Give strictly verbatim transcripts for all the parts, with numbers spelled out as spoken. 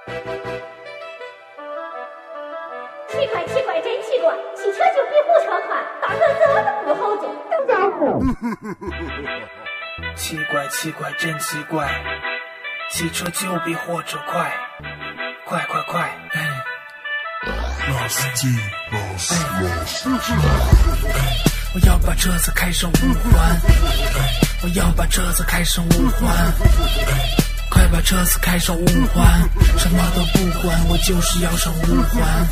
奇怪奇怪真奇怪，汽车就比火车快，大个子都不好坐，都家伙。 奇怪奇怪真奇怪，汽车就比火车快，快快快！哎， 老司机，老司老司机， 我要把车子开上五环，我要把车子开上五环，快把车子开上五环，什么都不管，我就是要上五环。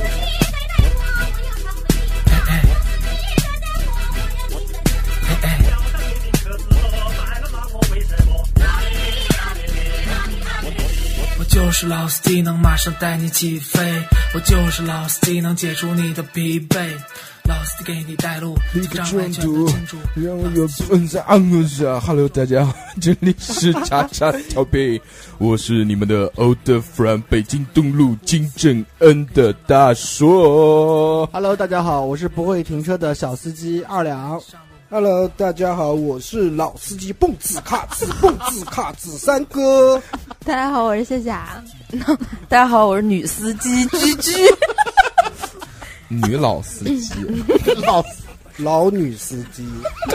就是老司机能马上带你起飞，我就是老司机能解除你的疲惫，老司机给你带路， 立个专注，让我有奔在安稳下。Hello， 大家好，这里是叉叉调频，我是你们的 old friend 北京东路金正恩的大硕。 Hello， 大家好，我是不会停车的小司机二两。 Hello， 大家好，我是老司机蹦子卡子蹦子卡子三哥。 大家好，我是夏夏。大家好，我是女司机居居。 女老司机， 老老女司机。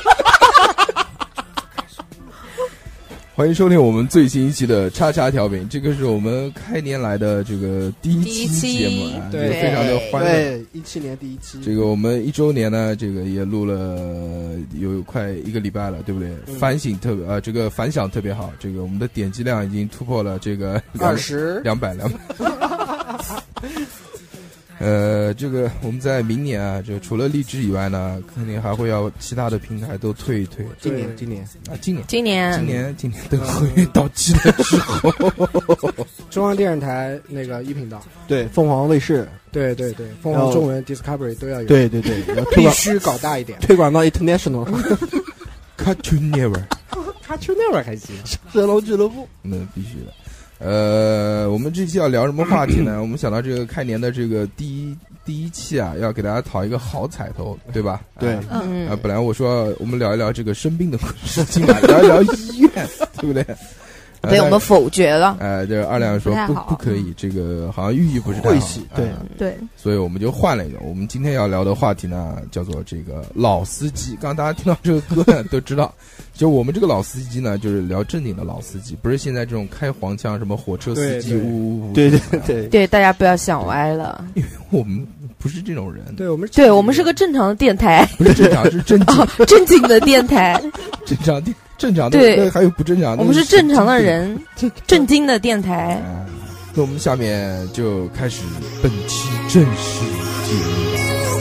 欢迎收听我们最新一期的叉叉调频，这个是我们开年来的这个第一期节目啊， 对， 非常的欢乐。 对，一七年第一期。 这个我们一周年呢，这个也录了有快一个礼拜了，对不对？嗯、反省特别呃，这个反响特别好，这个我们的点击量已经突破了这个二十两百两百。呃，这个我们在明年啊，就除了荔枝以外呢，肯定还会要其他的平台都推一推。 今年，今年啊，今年， 今年， 今年，今年等合约到期了之后， 中央电视台那个一频道， 对，凤凰卫视， 对对对，凤凰中文 Discovery 都要有， 对对对， 必须搞大一点， 推广到 International。Cartoon Network，Cartoon Network 还行， 神龙俱乐部， 那必须的。呃，我们这期要聊什么话题呢？我们想到这个开年的这个第一第一期啊，要给大家讨一个好彩头，对吧？ 对， 嗯啊，本来我说我们聊一聊这个生病的事情嘛，聊一聊医院，对不对？ 被我们否决了。 哎、呃，这二两说不不可以，这个好像寓意不是太好。 对、 呃、 对， 所以我们就换了一个。我们今天要聊的话题呢，叫做这个老司机。刚刚大家听到这个歌呢，都知道，就我们这个老司机呢，就是聊正经的老司机，不是现在这种开黄腔什么火车司机呜呜。 对对对对，大家不要想歪了， 因为我们不是这种人。 对我们， 对我们是个正常的电台， 不是正常，是正经、 哦、正经的电台， 正常电。正常的对， 还有不正常的。 我们是正常的人，正经的电台。 啊、那我们下面就开始本期正式节目。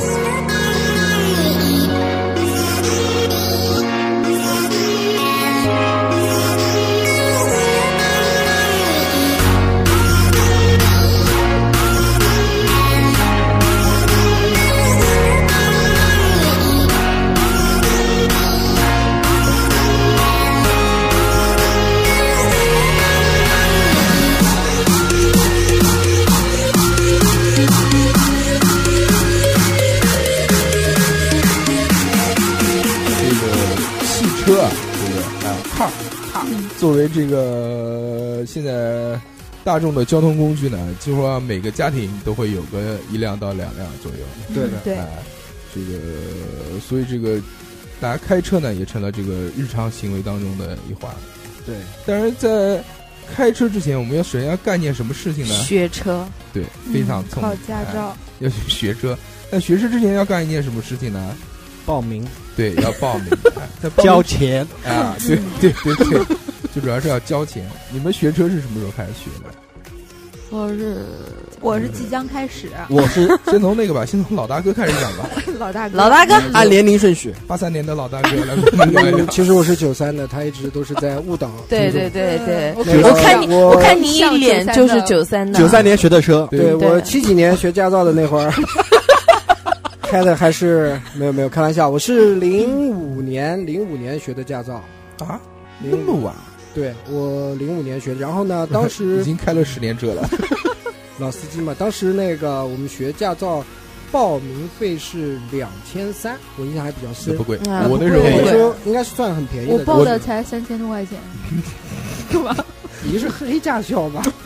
车啊，对不对？啊，car car 作为这个现在大众的交通工具呢，几乎上每个家庭都会有个一辆到两辆左右。 对的， 对。 啊，这个所以这个大家开车呢，也成了这个日常行为当中的一环。 对， 但是在开车之前，我们要首先要干件什么事情呢？ 学车。 对，非常聪明。 考驾照、 哎，要去学车。那学车之前要干一件什么事情呢？ 报名。 对，要报名， 哎、交钱啊！对对对对，最主要是要交钱。你们学车是什么时候开始学的？ 我是我是即将开始。 我是先从那个吧，先从老大哥开始讲吧。 老大哥， 老大哥， 按年龄顺序， 八三年的老大哥来。 其实我是九三的，他一直都是在误导。 对对对对， 我看你，我看你一脸就是九三的。 九三年学的车， 对我七几年学驾照的那会儿。开的还是没有没有开玩笑，我是零五年零五年学的驾照啊，那么晚？ 对，我零五年学的，然后呢，当时已经开了十年车了， 老司机嘛。当时那个我们学驾照，报名费是两千三，我印象还比较深， 不贵。 啊、 我那时候那时候应该是算很便宜的， 我报的才三千多块钱， 是吧？你是黑驾校吧？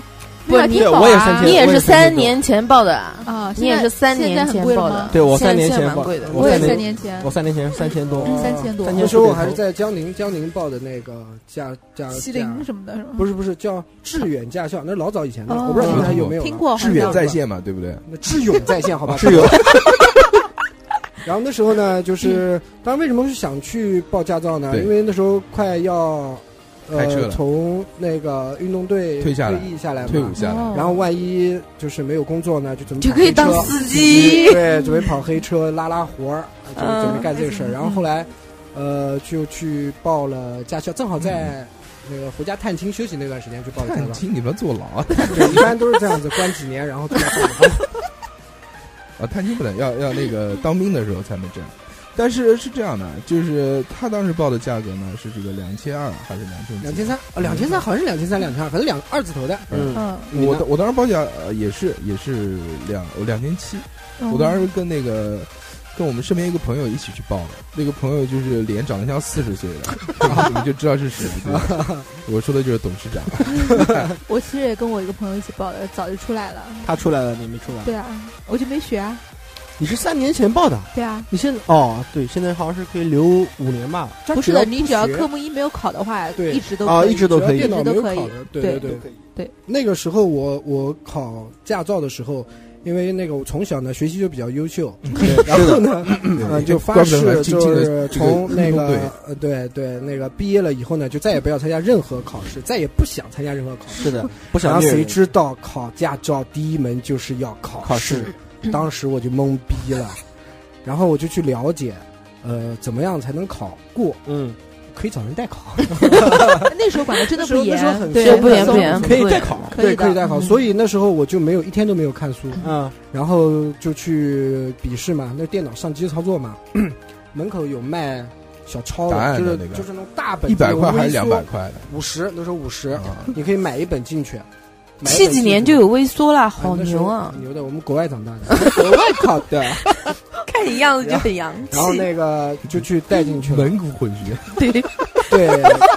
不，你对我也三千你也是我也三千多三年前报的啊？ 啊， 你也是三年前报的？ 对我三年现在前报蛮贵的， 我也三三年前我三年前三千多， 三千多， 三千那时候我还是在江宁江宁报的那个驾驾西驾陵什么的，是吗？ 不是不是叫致远驾校，那是老早以前的， 哦我不知道现在还有没有了。 听过， 致远在线嘛，对不对？ 那致勇在线，好吧， 是有。 然后那时候呢，就是当然为什么是想去报驾照呢？ 对因为那时候快要呃开车了从那个运动队退下来役下来嘛， 退伍下来， 哦然后万一就是没有工作呢，就准备就可以当跑黑车司机。 对，准备跑黑车拉拉活儿，就嗯准备干这个事儿。然后后来，呃，就去报了驾校，正好在那个回家探亲休息那段时间去报了驾照。 看清你们坐牢啊！ 对，一般都是这样子，关几年，然后再报。 啊，探亲不能，要要那个当兵的时候才能这样。但是是这样的，就是他当时报的价格呢是这个两千二还是两千？ 两千三啊，两千三，好像是两千三、两千二，反正两二字头的。 嗯， 嗯， 我我当时报价呃也是也是两两千七，我当时跟那个跟我们身边一个朋友一起去报的，那个朋友就是脸长得像四十岁的，你们就知道是谁。对，我说的就是董事长。 我其实也跟我一个朋友一起报的，早就出来了。 他出来了，你没出来。 对啊，我就没学啊。 你是三年前报的， 对啊， 你现在哦，对，现在好像是可以留五年吧？ 不是的，你只要学科目一没有考的话， 对一直都啊可以一直都可以只要电脑没有一直都可以考的，对对对可以。 对， 那个时候我我考驾照的时候，因为那个我从小呢学习就比较优秀，然后呢，呃，就发誓就是从那个呃对对那个毕业了以后呢，就再也不要参加任何考试，再也不想参加任何考试。 是的，不然后谁想虐人知道考驾照第一门就是要考考试， 当时我就懵逼了，然后我就去了解，呃，怎么样才能考过？ 嗯， 可以找人代考， 那时候管的真的不严那时候很， 对， 是不严松不严可以代考。 可以的对，可以代考。 嗯所以那时候我就没有一天都没有看书， 嗯， 然后就去笔试嘛，那电脑上机操作嘛，门口有卖小抄答案就是的那个就是那种大本， 一百块还是两百？块的？ 五十，那时候五十， 啊你可以买一本进去。买一七几本进去年就有微缩了， 啊好那时候牛啊很！牛的，我们国外长大的，国外考的， 看你样子就很洋气。 然后那个就去带进去了。 蒙古混血， 对， 对，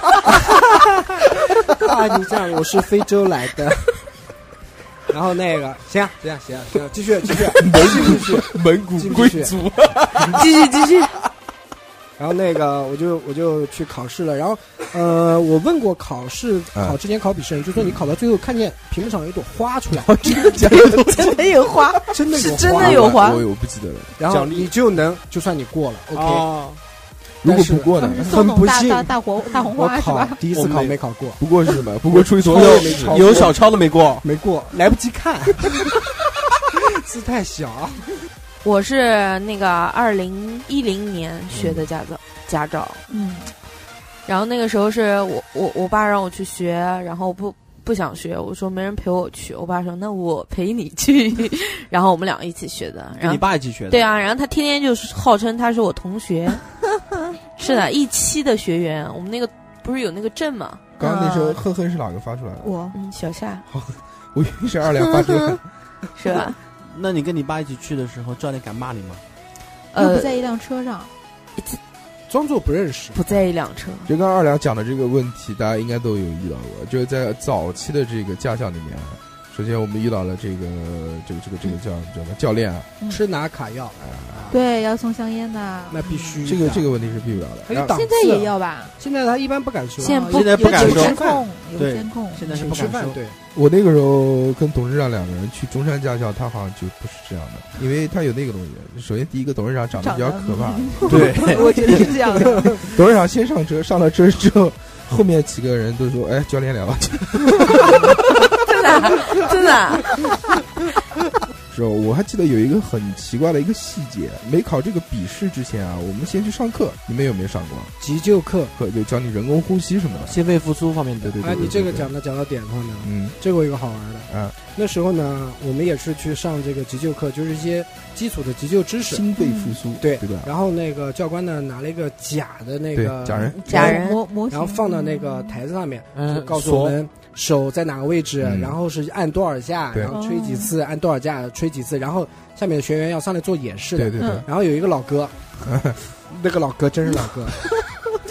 啊，你这样，我是非洲来的。然后那个，行啊，行啊，行啊，行啊，继续，继续，继续， 蒙古贵族。 继续继续。 然后那个，我就我就去考试了。然后，呃，我问过考试啊考之前考笔试人，就说你考到最后看见屏幕上有一朵花出来， 真的有花， 真的有花， 真的有花我我不记得了。 然后你就能，就算你过了，OK。 哦， 如果不过呢？ 送那种大很不幸大大红大红我花是吧？ 考第一次考没考过， 不过是什么？不过出一坨有肉没抄有小抄都没过， 没过，来不及看，字太小。 我是那个二零一零年学的驾照，驾照。 嗯， 然后那个时候是我我我爸让我去学，然后不不想学，我说没人陪我去，我爸说那我陪你去，然后我们两个一起学的。然跟你后爸一起学的。 对啊，然后他天天就是号称他是我同学，是的，一期的学员，我们那个不是有那个证嘛？ 刚刚那时候哼哼是哪个发出来的？ 我嗯，小夏我以为是二两发出来的。 是吧？ 那你跟你爸一起去的时候，教练敢骂你吗？ 呃， 又不在一辆车上， 装作不认识， 不在一辆车。 就刚刚二两讲的这个问题，大家应该都有遇到过。就是在早期的这个驾校里面，首先我们遇到了这个这个这个这个叫叫什么教练啊， 吃拿卡要， 对，要送香烟的， 那必须的。 这个这个问题是避不了的。然后还有档次现在也要吧？ 现在他一般不敢说， 现在不现在不敢有说监控，有对监控。 现在是请吃饭， 不敢说。 对， 我那个时候跟董事长两个人去中山驾校，他好像就不是这样的，因为他有那个东西。首先第一个，董事长长得比较可怕， 对， 我觉得是这样的。 董事长先上车，上了车之后，后面几个人都说：“哎，教练聊聊天。 真的啊真的啊，” 是吧？我还记得有一个很奇怪的一个细节，没考这个笔试之前啊，我们先去上课，你们有没有上过？ 急救课。 课就教你人工呼吸什么的。 心肺复苏方面的。 哎， 对对对， 你这个对讲的讲到点上了。 嗯这个我有个好玩的， 啊， 那时候呢，我们也是去上这个急救课，就是一些基础的急救知识。 心肺复苏， 对对吧？ 然后那个教官呢，拿了一个假的那对个假人， 假人模模型， 然后放到那个台子上面，就嗯， 告诉我们手在哪个位置， 嗯然后是按多少下， 对然后吹几次，按多少下吹几次，然后下面的学员要上来做演示的。 对对对嗯， 然后有一个老哥，那个老哥真是老哥，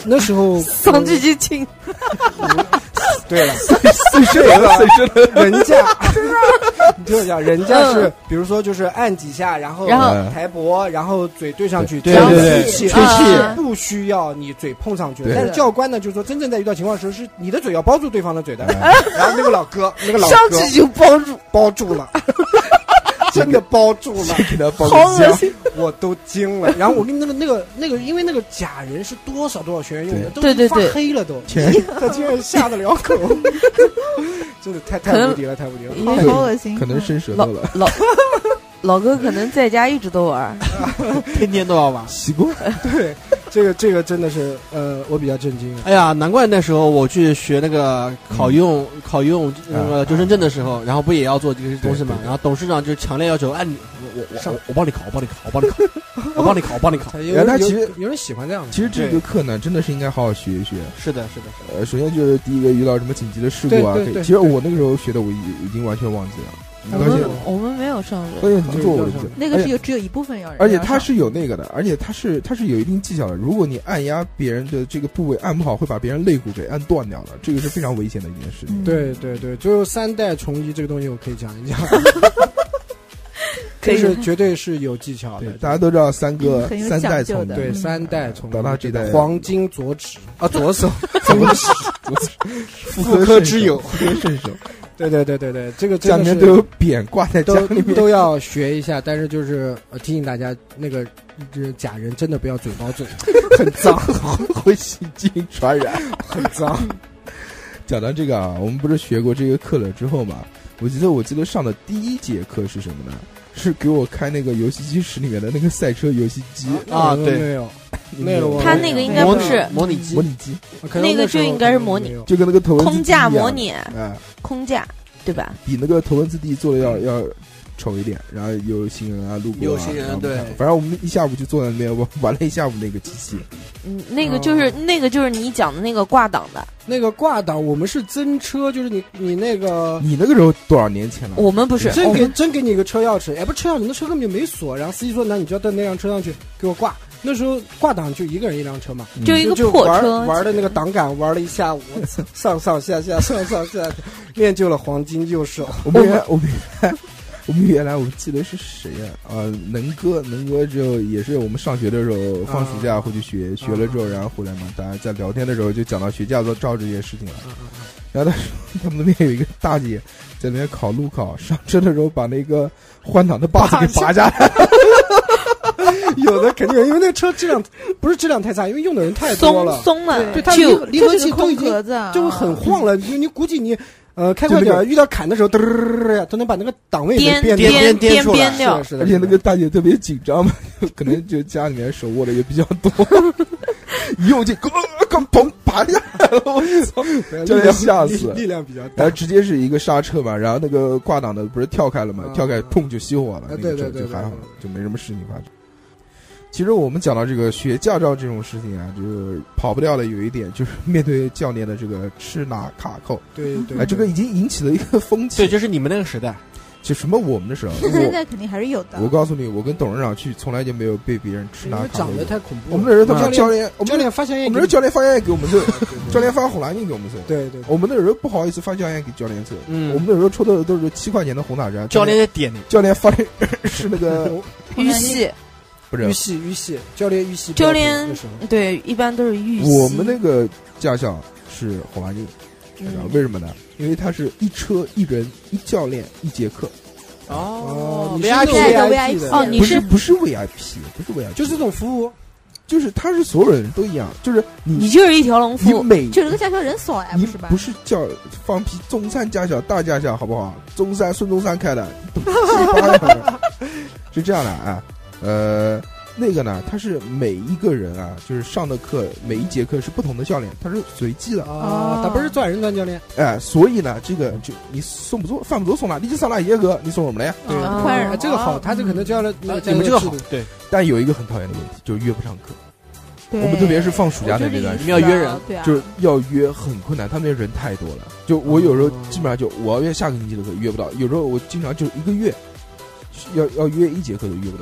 那时候丧剧激情。 对了， 碎碎了，碎碎了， 人家你听我讲，人家是比如说就是按几下，然后然后抬脖，然后嘴对上去， 对这样对对气吹气不需要你嘴碰上去。 对但是教官呢，就是说真正在遇到情况的时候，是你的嘴要包住对方的嘴的。然后那个老哥，那个老上哥去就包住， 包住了。真的包住了， 给他包好恶心， 我都惊了。然后我跟那个那个那个，因为那个假人是多少多少学员用的，都对对对发黑了都，他竟然下得了口，真的太太无敌了，太无敌了， 好恶心， 可能伸舌头了。 老老哥可能在家一直都玩， 天天都要玩， 习惯。 对，这个这个真的是呃，我比较震惊。 哎呀，难怪那时候我去学那个考游泳、嗯、考游泳那个救生证的时候，然后不也要做这个东西嘛？然后董事长就强烈要求，哎，你我我我我帮你考，我帮你考，我帮你考，我帮你考，我帮你考。 有人他其实有人喜欢这样的。 其实这个课呢，真的是应该好好学一学。 是的，是的。 呃，首先就是第一个遇到什么紧急的事故啊，其实我那个时候学的，我已已经完全忘记了。 我们我们没有上关键怎么做我就那个是有只有一部分要人， 而且它是有那个的，而且它是它是有一定技巧的。如果你按压别人的这个部位按不好，会把别人肋骨给按断掉的，这个是非常危险的一件事情。 对对对，就三代从医这个东西，我可以讲一讲。这是绝对是有技巧的， 大家都知道三个三代从医， 对三代从医， 到他这代黄金左指啊，左手左指，妇科之友， 妇科圣手。 对对对对对，这个家里面都有匾挂在家里面， 都要学一下。但是就是呃提醒大家，那个就是假人真的不要嘴包嘴，很脏， 会细菌传染， 很脏。 讲到这个啊，我们不是学过这个课了之后嘛？我记得我记得上的第一节课是什么呢？是给我开那个游戏机室里面的那个赛车游戏机啊，对，没有，那个他那个应该不是模拟机， 模拟机， 那个就应该是模拟， 就跟那个头文字 D 空架模拟， 哎， 空架，对吧？ 比那个头文字 D 做的要要丑一点，然后有行人啊路过， 有行人对， 反正我们一下午就坐在那边玩玩了一下午那个机器。 嗯，那个就是那个就是你讲的那个挂档的， 那个挂档，我们是增车，就是你你那个， 你那个时候多少年前了？ 我们不是真给真给你一个车钥匙，哎，不车钥匙，那车根本就没锁，然后司机说，那你就要到那辆车上去给我挂。那时候挂档就一个人一辆车嘛， 就一个破车， 玩的那个档杆玩了一下午，上上下下上上下下，练就了黄金右手。 我们原来我们原来我们原来我记得是谁呀？啊，能哥，能哥之后也是我们上学的时候放暑假回去学，学了之后然后回来嘛，大家在聊天的时候就讲到学驾照照这件事情了。然后他说他们那边有一个大姐在那边考路考，上车的时候把那个换挡的把子给拔下来。 有的肯定，因为那个车质量不是质量太差，因为用的人太多了， 松了， 对，它离离合器都已经就会很晃了，你你估计你呃开快点，遇到坎的时候，嘚儿都能把那个档位颠颠颠颠出来， 掉。 而且那个大姐特别紧张嘛，可能就家里面手握的也比较多，一用劲，砰砰拔下来了，我操！教练吓死， 力量比较大， 然后直接是一个刹车嘛，然后那个挂档的不是跳开了嘛，跳开砰就熄火了，那个就还好，就没什么事情发生。其实我们讲到这个学驾照这种事情啊，就是跑不掉的有一点，就是面对教练的这个吃拿卡扣。 对对， 哎，这个已经引起了一个风气。 对，就是你们那个时代， 就什么我们的时候， 现在肯定还是有的。 我告诉你，我跟董事长去，从来就没有被别人吃拿卡扣。 长得太恐怖了。 我们那时候他们教练，我们教练发香烟， 我们那时候教练发香烟给我们抽，教练发红蓝烟给我们抽。 对对， 我们那时候不好意思发香烟给教练抽。 嗯， 我们那时候抽的都是七块钱的红塔山。 教练在点你， 教练发的是那个玉溪。 不是玉系玉系教练玉系教练对，一般都是玉系。 我们那个驾校是红蓝印，嗯、为什么呢？因为它是一车一人一教练一节课。 哦， 你是 V I P 的哦，你是不是 V I P？ 不是 V I P， 就是这种服务， 就是他是所有人都一样，就是你你就是一条龙服务， 你每就这个驾校人少呀，不是吧？ 不是叫放屁，中山驾校大驾校好不好？中山孙中山开的，是这样的啊。呃，那个呢，他是每一个人啊，就是上的课，每一节课是不同的教练，他是随机的啊，他不是专人专教练。 哎，所以呢，这个就你送不住，饭不足送哪，你就上哪一节课，你送我们了呀？ 对，宽容，这个好，他这可能教了你们这个好，对。 但有一个很讨厌的问题，就是约不上课。 我们特别是放暑假的那段， 你们要约人， 就是要约很困难，他们那人太多了。就我有时候基本上就我要约下个星期的课约不到，有时候我经常就一个月要要约一节课都约不到。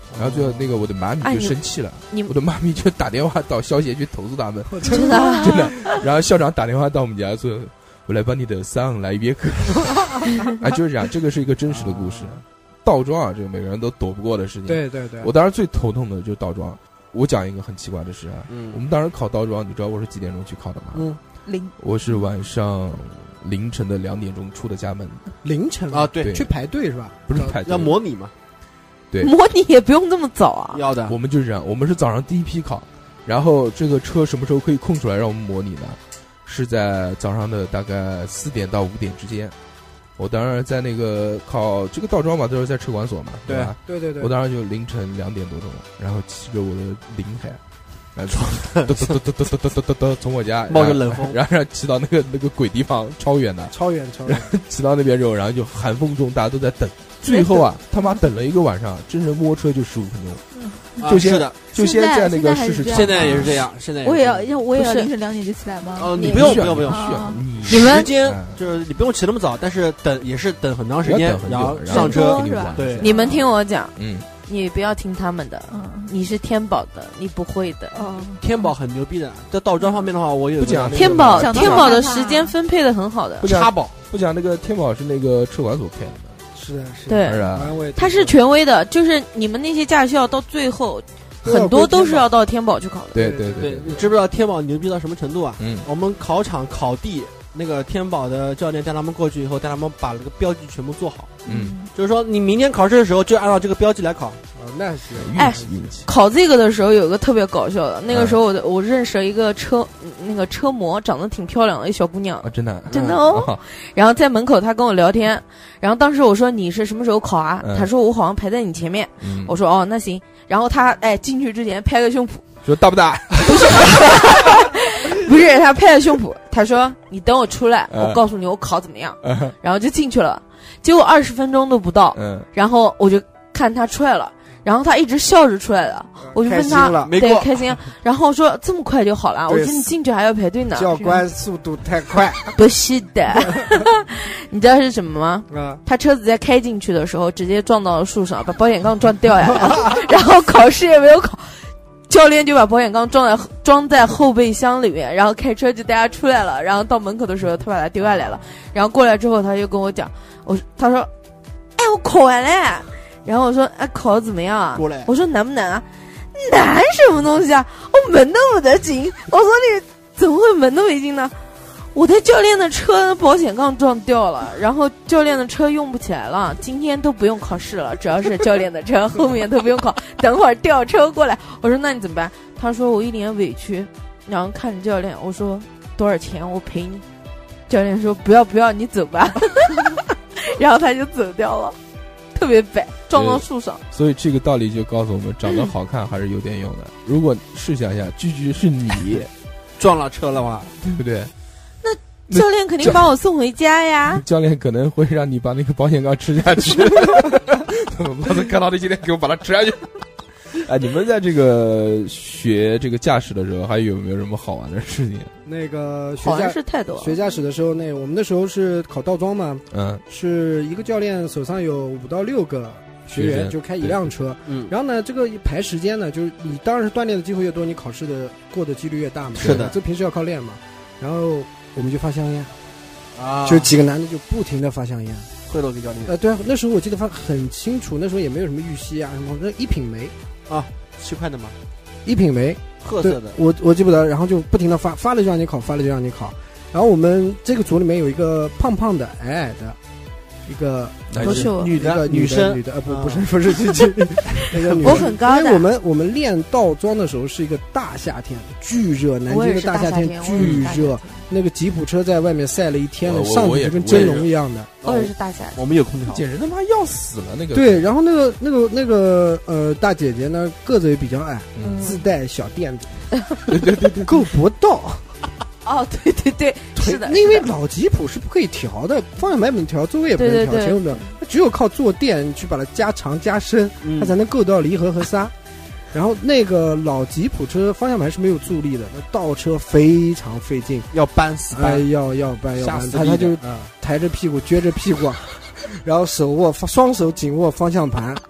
然后最后那个我的妈咪就生气了， 你我的妈咪就打电话到消协去投诉他们， 真的啊真的。然后校长打电话到我们家说：“我来帮你的丧来一别克。”啊，就是这样，这个是一个真实的故事。倒装啊，这个每个人都躲不过的事情。 对对对， 我当时最头痛的就是倒装。我讲一个很奇怪的事啊， 嗯我们当时考倒装，你知道我是几点钟去考的吗？ 嗯， 零我是晚上凌晨的两点钟出的家门。 凌晨啊，对， 对去排队是吧？ 不是排队要模拟嘛？ 对， 模拟也不用这么早啊。 要的。 我们就是这样，我们是早上第一批考，然后这个车什么时候可以空出来让我们模拟呢？是在早上的大概四点到五点之间。我当时在那个考这个倒装嘛，都是在车管所嘛，对吧？ 对对对。 我当时就凌晨两点多钟，然后骑着我的凌海，然后嘚嘚嘚嘚嘚嘚嘚嘚嘚从我家冒着冷风， 然后然后骑到那个那个鬼地方，超远的， 超远超远， 骑到那边之后，然后就寒风中大家都在等，最后啊他妈等了一个晚上，真正摸车就十五分钟。就先、 啊、是的， 就先在那个试试， 现在也是这样。现在我也要要我也要凌晨两点就起来吗？ 哦，你不用不用不用， 需要你你们时间就是你不用起那么早，但是等也是等很长时间，然后上车是吧？ 对， 你们听我讲， 嗯， 你不要听他们的， 嗯， 你是天宝的，你不会的。 哦， 天宝很牛逼的，在倒装方面的话，我有不讲天宝，天宝的时间分配的很好的。 不讲插宝， 不讲那个天宝是那个车管所开的。 是的，是的， 对， 他是权威的，就是你们那些驾校到最后。很多都是要到天宝去考的。 对对对，你知不知道天宝牛逼到什么程度啊？ 嗯， 我们考场考地，那个天宝的教练带他们过去以后，带他们把那个标记全部做好。 嗯， 就是说你明天考试的时候就按照这个标记来考。 哦，那是运气运气。考这个的时候有一个特别搞笑的，那个时候我的我认识了一个车那个车模，长得挺漂亮的一小姑娘啊，真的真的哦。然后在门口她跟我聊天，然后当时我说你是什么时候考啊？她说我好像排在你前面。我说哦，那行。然后他哎进去之前拍个胸脯， 说大不大？ 不是，不是他拍了胸脯，他说你等我出来，我告诉你我考怎么样。然后就进去了，结果二十分钟都不到，然后我就看他出来了，然后他一直笑着出来的，我就问他，对，开心。然后说这么快就好了，我说你进去还要排队呢。 教官速度太快， 不是的，你知道是什么吗？ 啊， 他车子在开进去的时候直接撞到了树上，把保险杠撞掉下来了，然后考试也没有考。教练就把保险杠装在装在后备箱里面，然后开车就带他出来了。然后到门口的时候，他把他丢下来了。然后过来之后，他就跟我讲，我他说：“哎，我考完了。”然后我说：“哎，考得怎么样啊？” 过来， 我说：“难不难啊？难什么东西啊？我门都不得进。”我说：“你怎么会门都没进呢？”我的教练的车保险杠撞掉了，然后教练的车用不起来了，今天都不用考试了，主要是教练的车后面都不用考，等会儿调车过来。我说那你怎么办？他说我一脸委屈，然后看着教练，我说多少钱我赔你。教练说不要不要，你走吧。然后他就走掉了，特别白，撞到树上。 所以这个道理就告诉我们，长得好看还是有点用的。如果试想一下，句句是你撞了车了话， 对不对？ 教练肯定把我送回家呀。 教练可能会让你把那个保险杠吃下去。老子看到你今天给我把它吃下去。哎，你们在这个学这个驾驶的时候，还有没有什么好玩的事情？ 那个学好驾玩是太多了。 学驾驶的时候，那我们那时候是考倒装嘛， 嗯， 是一个教练手上有五到六个学员，就开一辆车， 嗯， 然后呢，这个排时间呢，就是你当然是锻炼的机会越多，你考试的过的几率越大嘛。 是的， 这平时要靠练嘛。然后我们就发香烟， 啊， 就几个男的就不停的发香烟， 贿赂给教练。 呃，对啊，那时候我记得发很清楚，那时候也没有什么玉溪啊什么，那一品梅啊，七块的嘛， 一品梅， 褐色的， 我我记不得，然后就不停的发，发了就让你考，发了就让你考。然后我们这个组里面有一个胖胖的、矮矮的，一个不是我女的女生， 女的，呃，不不是不是这这那个女我很高的， 因为我们我们练倒装的时候是一个大夏天，巨热，南京的大夏天巨热，那个吉普车在外面晒了一天了，上去就跟蒸笼一样的。 我也是大夏天， 我们有空调， 简直他妈要死了那个。 对，然后那个那个那个呃大姐姐呢，个子也比较矮， 嗯、 自带小垫子，对对对对，够不到。 哦，对对对，是的， 因为老吉普是不可以调的，方向盘不能调，座位也不能调，前后不能，只有靠坐垫去把它加长加深， 嗯、 它才能够到离合和刹。然后那个老吉普车方向盘是没有助力的，那倒车非常费劲， 要扳死哎，要要扳要扳，他他就抬着屁股撅着屁股，然后手握双手紧握方向盘，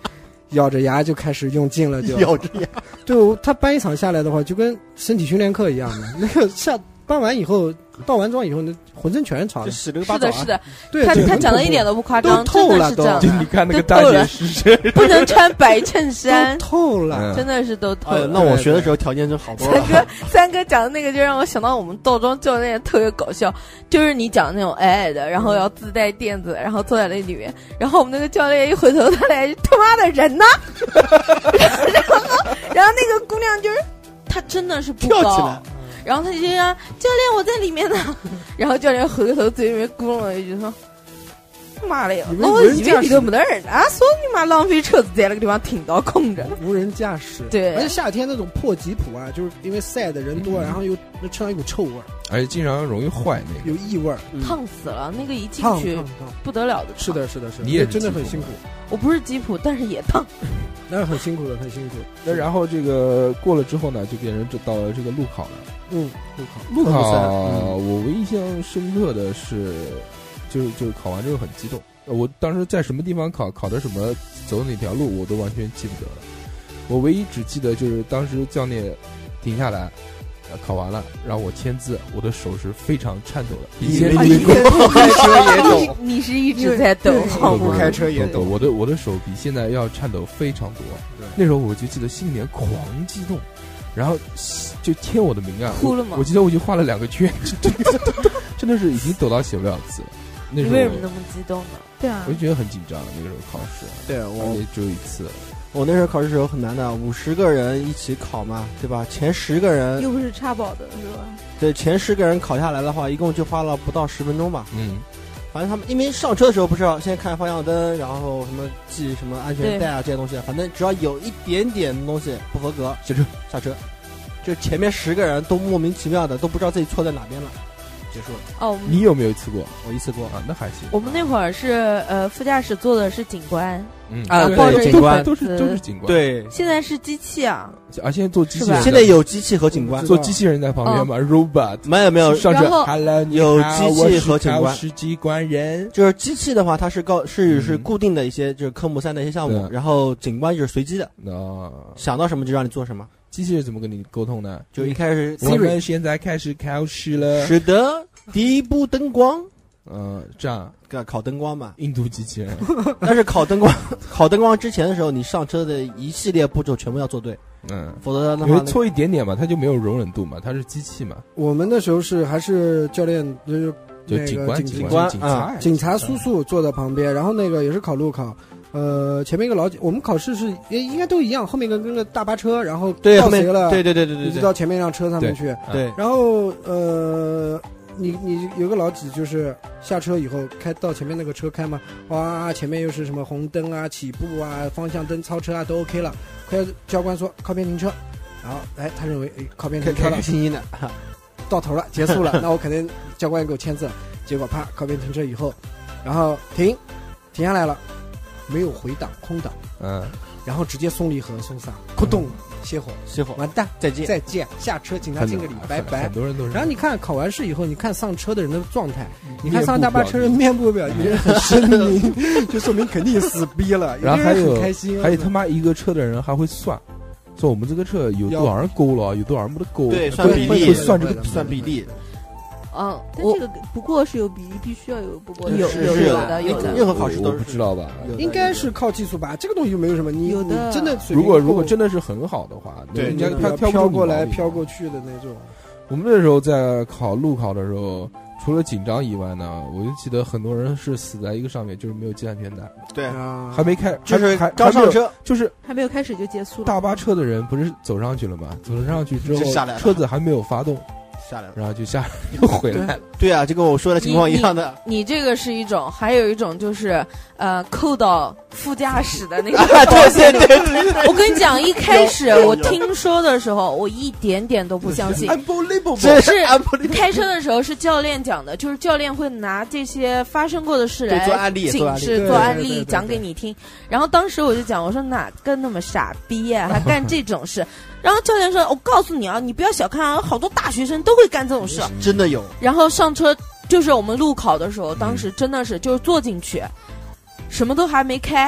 咬着牙就开始用劲了，就咬着牙。 对，他搬一场下来的话，就跟身体训练课一样的。那个下搬完以后，倒完妆以后，那浑身全是潮的， 是的，是的， 是的。 对， 他他讲的一点都不夸张， 都透了都。 就你看那个大姐是不能穿白衬衫， 都透了， 真的是都透了。 那我学的时候条件就好多了。 三哥，三哥讲的那个就让我想到我们倒装教练特别搞笑，就是你讲那种矮矮的，然后要自带垫子，然后坐在那里面，然后我们那个教练一回头，他来他妈的人呢？然后然后那个姑娘就是她真的是不高。 跳起来。 然后他就讲教练我在里面呢，然后教练回头嘴里面咕噜了一句说：“妈的，我以为里头没得人啊，说你妈浪费车子在那个地方停到空着， 无人驾驶。” 对， 而且夏天那种破吉普啊，就是因为晒的人多，嗯、然后又车上一股臭味， 而且经常容易坏，那个有异味， 嗯、烫死了。那个一进去不得了的， 是的，是的，是的， 你也真的很辛苦。 我不是吉普，但是也烫， 那是很辛苦的，很辛苦。 那然后这个过了之后呢，就变成这到了这个路考了。 嗯，路考， 路考，嗯、我唯一印象深刻的是，就是就是考完之后很激动。我当时在什么地方考，考的什么，走哪条路，我都完全记不得了。我唯一只记得就是当时教练停下来，考完了让我签字，我的手是非常颤抖的。 以前你不开车也抖， 你是一直在抖，好吗？ 不开车也抖， 我的我的手比现在要颤抖非常多。那时候我就记得心里面狂激动。然后就签我的名啊， 哭了吗？ 我记得我就画了两个圈，真的是已经抖到写不了字了。那时候你为什么那么激动呢？ 对啊， 我就觉得很紧张。那个时候考试， 对我也只有一次。 我那时候考试时候很难的，五十个人一起考嘛，对吧？前十个人又不是插保的是吧？ 对，前十个人考下来的话，一共就花了不到十分钟吧。 嗯。 反正他们因为上车的时候不是要先看方向灯，然后什么系什么安全带啊这些东西，反正只要有一点点东西不合格， 下车下车。就前面十个人都莫名其妙的都不知道自己错在哪边了，结束了。 哦， 你有没有一次过？ 我一次过啊，那还行。 我们那会儿是呃副驾驶坐的是警官， 嗯啊， 抱着警官都是都是警官。 对， 现在是机器啊， 啊，现在做机器人， 现在有机器和警官， 做机器人在旁边嘛 ，robot。 没有没有， 上车 ，Hello， 有机器和警官， 是机关人。 就是机器的话，它是高是是固定的一些就是科目三的一些项目，然后警官就是随机的， 啊， 想到什么就让你做什么。 机器人怎么跟你沟通呢？ 就一开始， 我们现在开始考试了。 是的，第一步灯光， 嗯，这样考灯光嘛。 印度机器人， 但是考灯光，考灯光之前的时候，你上车的一系列步骤全部要做对， 嗯， 否则的话， 因为错一点点嘛，它就没有容忍度嘛，它是机器嘛。 我们那时候是还是教练就是就警官警官警察警察叔叔坐在旁边，然后那个也是考路考。呃，前面一个老，我们考试是也应该都一样，后面一个跟个大巴车，然后到谁了？ 对对对对对， 你就到前面一辆车上面去。 对， 然后呃，你你有个老几就是下车以后开到前面那个车开嘛，哇，前面又是什么红灯啊、起步啊、方向灯、超车啊都 OK 了，快教官说靠边停车，然后哎，他认为哎靠边停车了， 开开心心的， 到头了，结束了，那我肯定教官给我签字，结果啪靠边停车以后，然后停，停下来了。没有回档，空档， 嗯， 然后直接送礼盒送上，咕咚，熄火， 熄火， 完蛋， 再见， 再见，下车，警察敬个礼，拜拜。 很多人都是。 然后你看考完试以后，你看上车的人的状态，你看上大巴车人面部表情很狰狞，就说明肯定死逼了。 然后还有开心， 还有他妈一个车的人还会算，说我们这个车有多少人勾了，有多少人没得勾， 对，算比例， 会算这个算比例。 嗯， 但这个不过是有比例，必须要有不过， 有有有的有的， 任何考试都是不知道吧？ 应该是靠技术吧，这个东西就没有什么，你有的真的如果如果真的是很好的话， 对， 人家他飘飘过来飘过去的那种。 我们那时候在考路考的时候，除了紧张以外呢，我就记得很多人是死在一个上面，就是没有系安全带。 对啊， 还没开， 就是还刚上车， 就是还没有开始就结束了。 大巴车的人不是走上去了吗？走上去之后， 下来了， 车子还没有发动。 下来了， 然后就下来又回来了。 对啊，就跟我说的情况一样的。 你, 你, 你这个是一种，还有一种就是呃扣到副驾驶的那个。 对对对对对。 我跟你讲，一开始我听说的时候，我一点点都不相信。 Unbelievable， 这是开车的时候是教练讲的，就是教练会拿这些发生过的事来做案例， 警示做案例讲给你听。然后当时我就讲，我说哪个那么傻逼呀、啊，还干这种事？然后教练说：“我告诉你啊，你不要小看啊，好多大学生都会干这种事， 真的有。” 然后上车就是我们路考的时候，当时真的是就是坐进去，什么都还没开，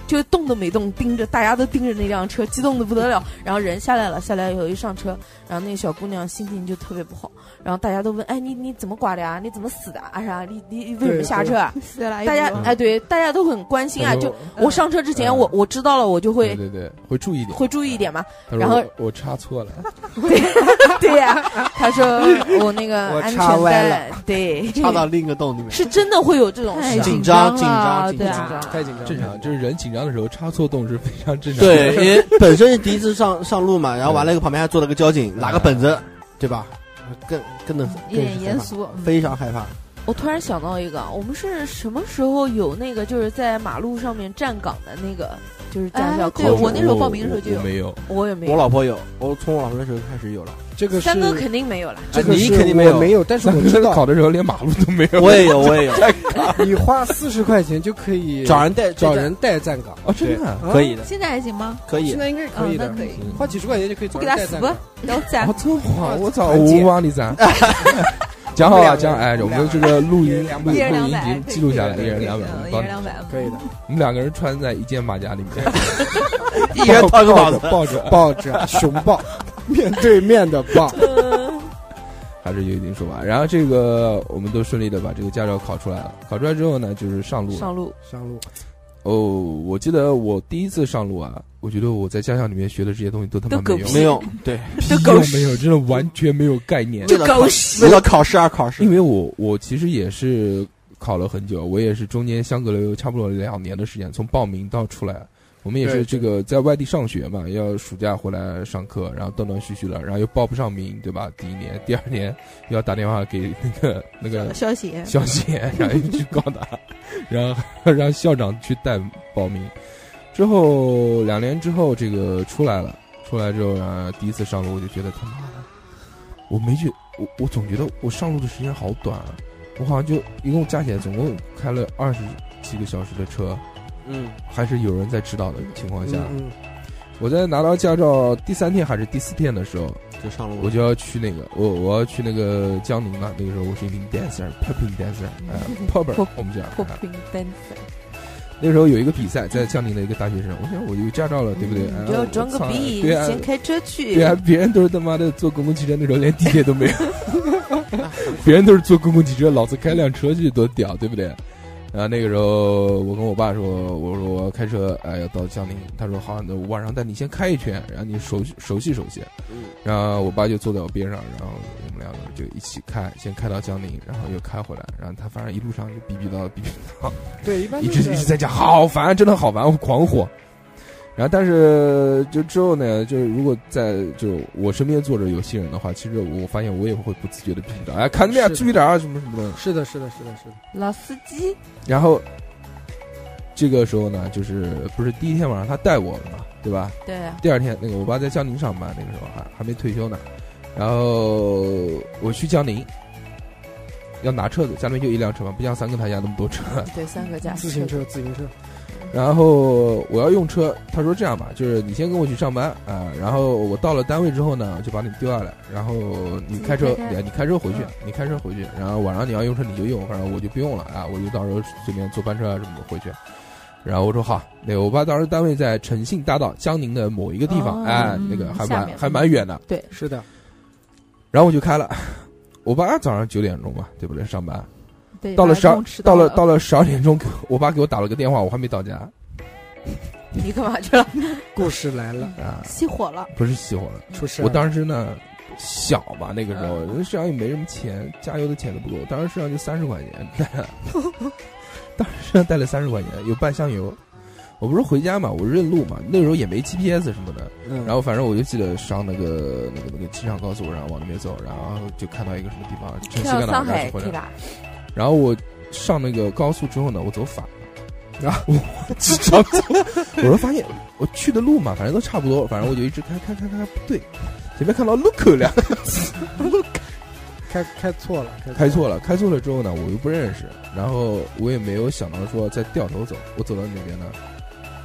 就动都没动，盯着大家都盯着那辆车，激动的不得了。然后人下来了，下来以后一上车，然后那个小姑娘心情就特别不好。然后大家都问：“哎，你你怎么刮的啊？你怎么死的啊？啥？你你为什么下车啊？”大家哎，对，大家都很关心啊。就我上车之前，我我知道了，我就会对对对，会注意一点， 会注意一点嘛。 然后我插错了， 对对呀，他说我那个安全带对插到另一个洞里面， 是真的会有这种紧张紧张紧张太紧张， 正常，就是人紧张的时候插错洞是非常正常的。 对，因为本身是第一次上上路嘛，然后完了，旁边还坐了个交警，拿个本子，对吧？更更能有点严肃， 非常害怕。 我突然想到一个，我们是什么时候有那个就是在马路上面站岗的那个，就是驾校考试？ 对我那时候报名的时候就有， 没有， 我也没有。 我老婆有，我从我老婆那时候开始有了。 这个三哥肯定没有了， 这个你肯定没有， 没有。但是我知道考的时候连马路都没有。 我也有，我也有。 你花四十块钱就可以找人带找人带站岗哦，真的可以的。 现在还行吗？ 可以， 现在应该可以的， 可以。 花几十块钱就可以找我给他死人带站岗。 然后站。 哦，这话我操，我帮你攒。讲好了，讲哎，我们这个录音录录音已经记录下来，一人两百， 一人两百， 可以的。 我们两个人穿在一件马甲里面， 一人套个帽子， 抱着抱着熊抱，面对面的抱， 还是有一定说法。然后这个我们都顺利的把这个驾照考出来了，考出来之后呢，就是上路， 上路， 上路。 哦，我记得我第一次上路啊，我觉得我在驾校里面学的这些东西都他妈没用， 没用，对， 都狗没有，真的完全没有概念， 就狗屎。 为了考试而考试， 因为我我其实也是考了很久，我也是中间相隔了有差不多两年的时间，从报名到出来。我们也是这个在外地上学嘛，要暑假回来上课，然后断断续续的，然后又报不上名，对吧？第一年、第二年又要打电话给那个那个消协， 消协，然后去告他，然后让校长去代报名。之后两年之后，这个出来了，出来之后啊，第一次上路我就觉得他妈的，我没觉，我我总觉得我上路的时间好短啊，我好像就一共加起来总共开了二十几个小时的车。 嗯， 还是有人在指导的情况下， 嗯嗯、 我在拿到驾照第三天还是第四天的时候就上路， 我就要去那个我我要去那个江宁了。那个时候我是一名 dancer，popping dancer， 呃 popper， 我们讲 popping dancer。 那时候有一个比赛，在江宁的一个大学生，我想我有驾照了，对不对？ 你就要装个逼， 对啊， 先开车去。 对啊，别人都是他妈的坐公共汽车，那时候连地铁都没有，别人都是坐公共汽车，老子开辆车去多屌，对不对？然后那个时候，我跟我爸说：“我说我要开车，哎，要到江宁。”他说：“好，那我晚上带你先开一圈，然后你熟熟悉熟悉。”然后我爸就坐在我边上，然后我们两个就一起开，先开到江宁，然后又开回来。然后他反正一路上就逼逼叨逼逼叨， 对，一般一直一直在讲好烦，真的好烦，我狂火。然后，但是就之后呢，就是如果在就我身边坐着有新人的话，其实我发现我也会不自觉的逼逼叨，哎，看那边注意点啊，什么什么的。 是的，是的，是的，是的。 老司机。 然后这个时候呢，就是不是第一天晚上他带我了嘛，对吧？ 对。 第二天，那个我爸在江宁上班，那个时候还还没退休呢。然后我去江宁，要拿车子，家里面就一辆车嘛，不像三哥他家那么多车。 对，三个家自行车，自行车。 然后我要用车，他说这样吧，就是你先跟我去上班啊、呃，然后我到了单位之后呢，就把你丢下来，然后你开车，你你开车回去，你开车回去，然后晚上你要用车你就用，反正我就不用了啊，我就到时候随便坐班车啊什么的回去。然后我说好，那个我爸当时单位在诚信大道江宁的某一个地方，哦、哎，那个还蛮还蛮远的， 对， 是的。 然后我就开了，我爸早上九点钟嘛，对不对？上班。 对， 到了十二，到了到了十二点钟，我爸给我打了个电话，我还没到家。 你干嘛去了？ 故事来了啊！ 熄火了， 不是熄火了， 出事。 我当时呢小嘛，那个时候身上也没什么钱，加油的钱都不够，当时身上就三十块钱带了，当时身上带了三十块钱，有半箱油。我不是回家嘛，我认路嘛，那个时候也没 G P S 什么的，嗯、然后反正我就记得上那个那个那个机场高速，然后往那边走，然后就看到一个什么地方，城西干哪然后回来。然后我上那个高速之后呢，我走反了，然后我机场走，我说发现我去的路嘛，反正都差不多，反正我就一直开开开开，不对，前面看到 look 两个字， 开开错了， 开错了，开错了之后呢，我又不认识，然后我也没有想到说再掉头走，我走到哪边呢？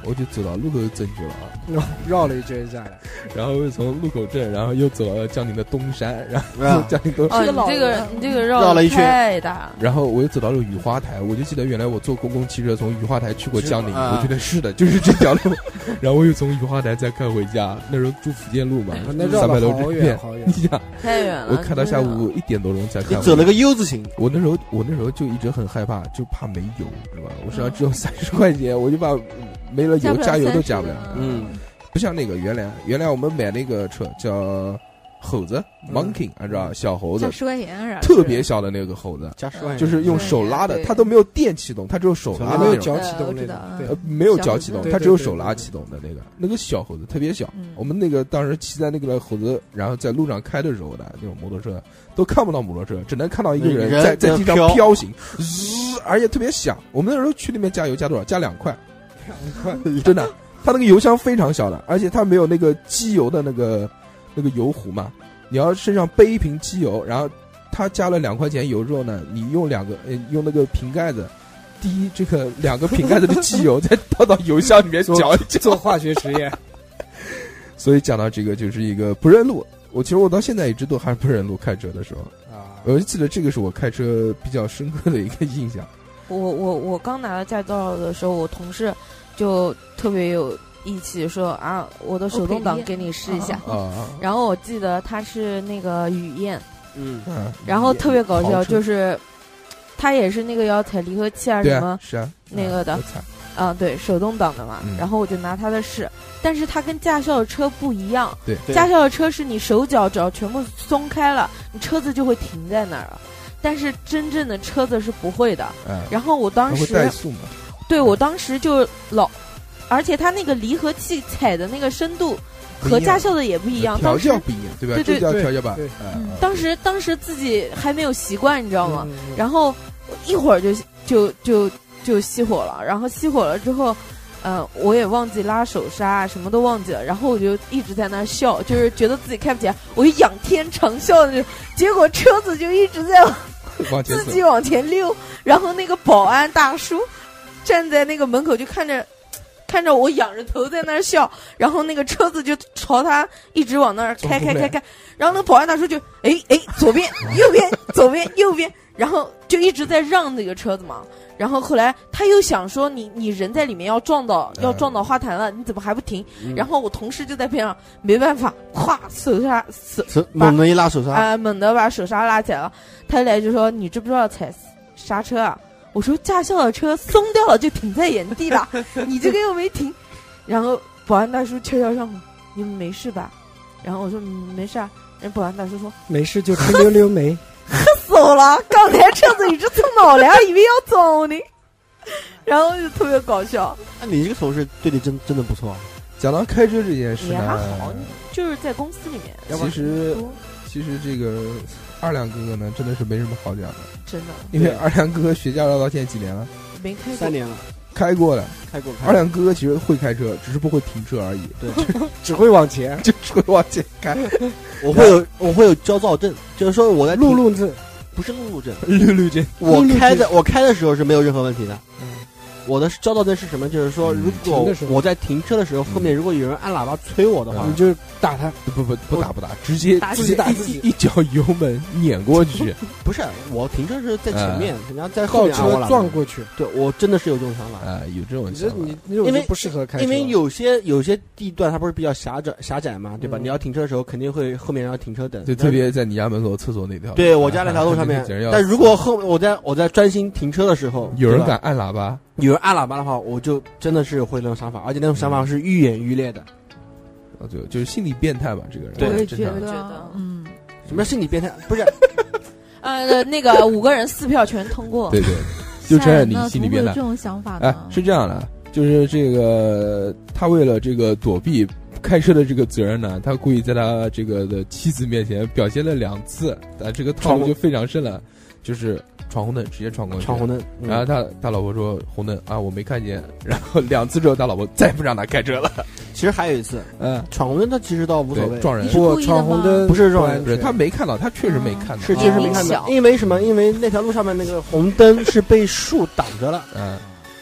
我就走到路口镇去了啊， 绕了一圈下来， 然后又从路口镇，然后又走到江宁的东山，然后啊江宁东哦， 是个老你这个人你这个绕绕了一圈太大， 然后我又走到了雨花台，我就记得原来我坐公共汽车从雨花台去过江宁， 啊我觉得是的，就是这条路。然后我又从雨花台再开回家，那时候住福建路嘛， 那绕三百了好多这片， 远好远。 你想， 太远了。 我开到下真的午一点多钟才开回家。 你走了个 U 字形， 我那时候我那时候就一直很害怕，就怕没油，是吧？我身上只有三十块钱，我就把没了油加油都加不了。 嗯， 不像那个原来原来我们买那个车叫猴子 Monkey，按照小猴子加，十块钱是吧？ 特别小的那个猴子， 加十万就是用手拉的， 对它都没有电启动，它只有手拉还没有的那种。 脚启动那种呃我知道， 对呃，没有脚启动， 对它只有对对手拉启动的那个，那个小猴子特别小。 嗯我们那个当时骑在那个猴子，然后在路上开的时候的那种摩托车，都看不到摩托车，只能看到一个人人在在地上飘飘行，滋，而且特别响。我们那时候去那边加油加多少？加两块，真的。它那个油箱非常小的，而且它没有那个机油的那个那个油壶嘛，你要身上背一瓶机油，然后它加了两块钱油之后呢，你用两个呃用那个瓶盖子。滴这个两个瓶盖子的机油，再倒到油箱里面搅一搅， 做化学实验。 所以讲到这个，就是一个不认路。我其实我到现在一直都还是不认路，开车的时候， 啊， 我就记得这个是我开车比较深刻的一个印象。 我我我刚拿到驾照的时候，我同事就特别有义气说啊，我的手动挡给你试一下。 啊， 然后我记得他是那个雨燕， 嗯， 嗯然后特别搞笑， 豪车就是他也是那个要踩离合器啊对啊什么， 是啊， 那个的我操啊，对，手动挡的嘛。 嗯然后我就拿他的试，但是它跟驾校的车不一样， 对， 对驾校的车是你手脚只要全部松开了，你车子就会停在那儿了。但是真正的车子是不会的。 嗯， 然后我当它会时怠速嘛， 对我当时就老，而且它那个离合器踩的那个深度和驾校的也不一样。 调当时教不一样，对吧？ 对对这叫对调教吧对？ 嗯嗯当时当时自己还没有习惯，你知道吗？ 嗯？嗯然后一会儿就就就就熄火了，然后熄火了之后，呃，我也忘记拉手刹，什么都忘记了，然后我就一直在那儿笑，就是觉得自己开不起来，我就仰天长啸的那种，结果车子就一直在往往前走自己往前溜，然后那个保安大叔站在那个门口就看着。看着我仰着头在那儿笑，然后那个车子就朝他一直往那儿开开开开，然后那个保安大叔就哎哎左边右边左边右边，然后就一直在让那个车子嘛。然后后来他又想说你你人在里面要撞到要撞到花坛了，你怎么还不停？ 嗯然后我同事就在边上，没办法，咵手刹手手猛地一拉手刹， 啊、猛地把手刹拉起来了。他来就说你知不知道踩刹车啊？我说驾校的车松掉了就停在原地了，你这个又没停。然后保安大叔悄悄上门，你们没事吧？然后我说、嗯、没事啊。人保安大叔说没事就吃溜溜梅。 死我了，刚才车子一直蹭脑梁，以为要撞我呢。然后就特别搞笑。 那你这个同事对你真真的不错啊。 讲到开车这件事也还呢好，就是在公司里面， 其实其实这个二两哥哥呢，真的是没什么好讲的， 真的因为二两哥哥学驾照到现在几年了？ 没开过三年了， 开过了。 开过开过。 二两哥哥其实会开车，只是不会停车而已， 只会往前。 就只会往前开。 我会有我会有焦躁症，就是说我在停路怒症， 不是路怒症， 绿绿症， 我路怒症开的我开的时候是没有任何问题的。 嗯我的焦躁症是什么？就是说， 嗯如果停的时候我在停车的时候，后面如果有人按喇叭催我的话， 你就打他。 不不不打不打，直接打直接打自己一一脚油门碾过去。 不是我停车是在前面，人家在后倒面按我喇叭车撞。过去， 对我真的是有这种想法， 啊，有这种你这想法。 你那种因为就不适合开车。 因为有些有些地段它不是比较狭窄狭窄嘛，对吧？ 嗯你要停车的时候肯定会后面要停车等， 就特别在你家门口厕所那条路， 对我家那条路上面简直要。 但如果后我在我在专心停车的时候，对吧有人敢按喇叭， 有人按喇叭的话，我就真的是会那种想法，而且那种想法是愈演愈烈的。 啊，就就是心理变态吧，这个人。 对我也正常觉得觉得， 嗯， 什么心理变态？不是， 呃，那个五个人四票全通过。 对对，就承认你吓人呢心里变态怎么会有这。种想法哎呢？， 是这样的，就是这个他为了这个躲避开车的这个责任呢，他故意在他这个的妻子面前表现了两次，啊，这个套路就非常深了，就是闯红灯，直接闯过去， 闯红灯，嗯然后他他老婆说红灯啊，我没看见。然后两次之后，他老婆再也不让他开车了。 其实还有一次嗯， 闯红灯，他其实倒无所谓， 对撞人你是故不意的吗闯红灯不是撞人安全不是他没看到，他确实没看到， 是哦确实没看到， 小因为什么？因为那条路上面那个红灯是被树挡着了， 嗯，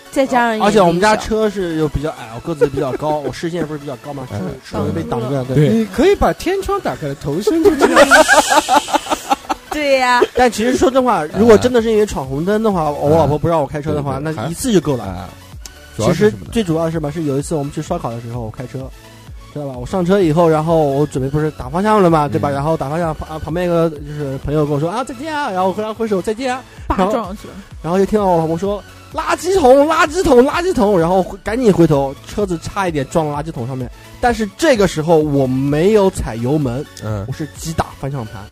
再加上而且我们家眼睛小车是又比较矮，我个子比较高，我视线不是比较高嘛， 哎是稍微被挡住了。 对你可以把天窗打开了，头伸出去。 对呀、 但其实说真话，如果真的是因为闯红灯的话，我老婆不让我开车的话， 对对那一次就够了。 啊，主其实要是什么呢？ 最主要是什么？是有一次我们去烧烤的时候，我开车，知道吧？我上车以后，然后我准备不是打方向了嘛，对吧？ 嗯然后打方向旁旁边一个就是朋友跟我说啊再见啊，然后和他挥手再见啊， 叭然后撞上去了。 然后就听到我老婆说垃圾桶垃圾桶垃圾桶，然后赶紧回头，车子差一点撞到垃圾桶上面。但是这个时候我没有踩油门， 嗯我，是急打方向盘，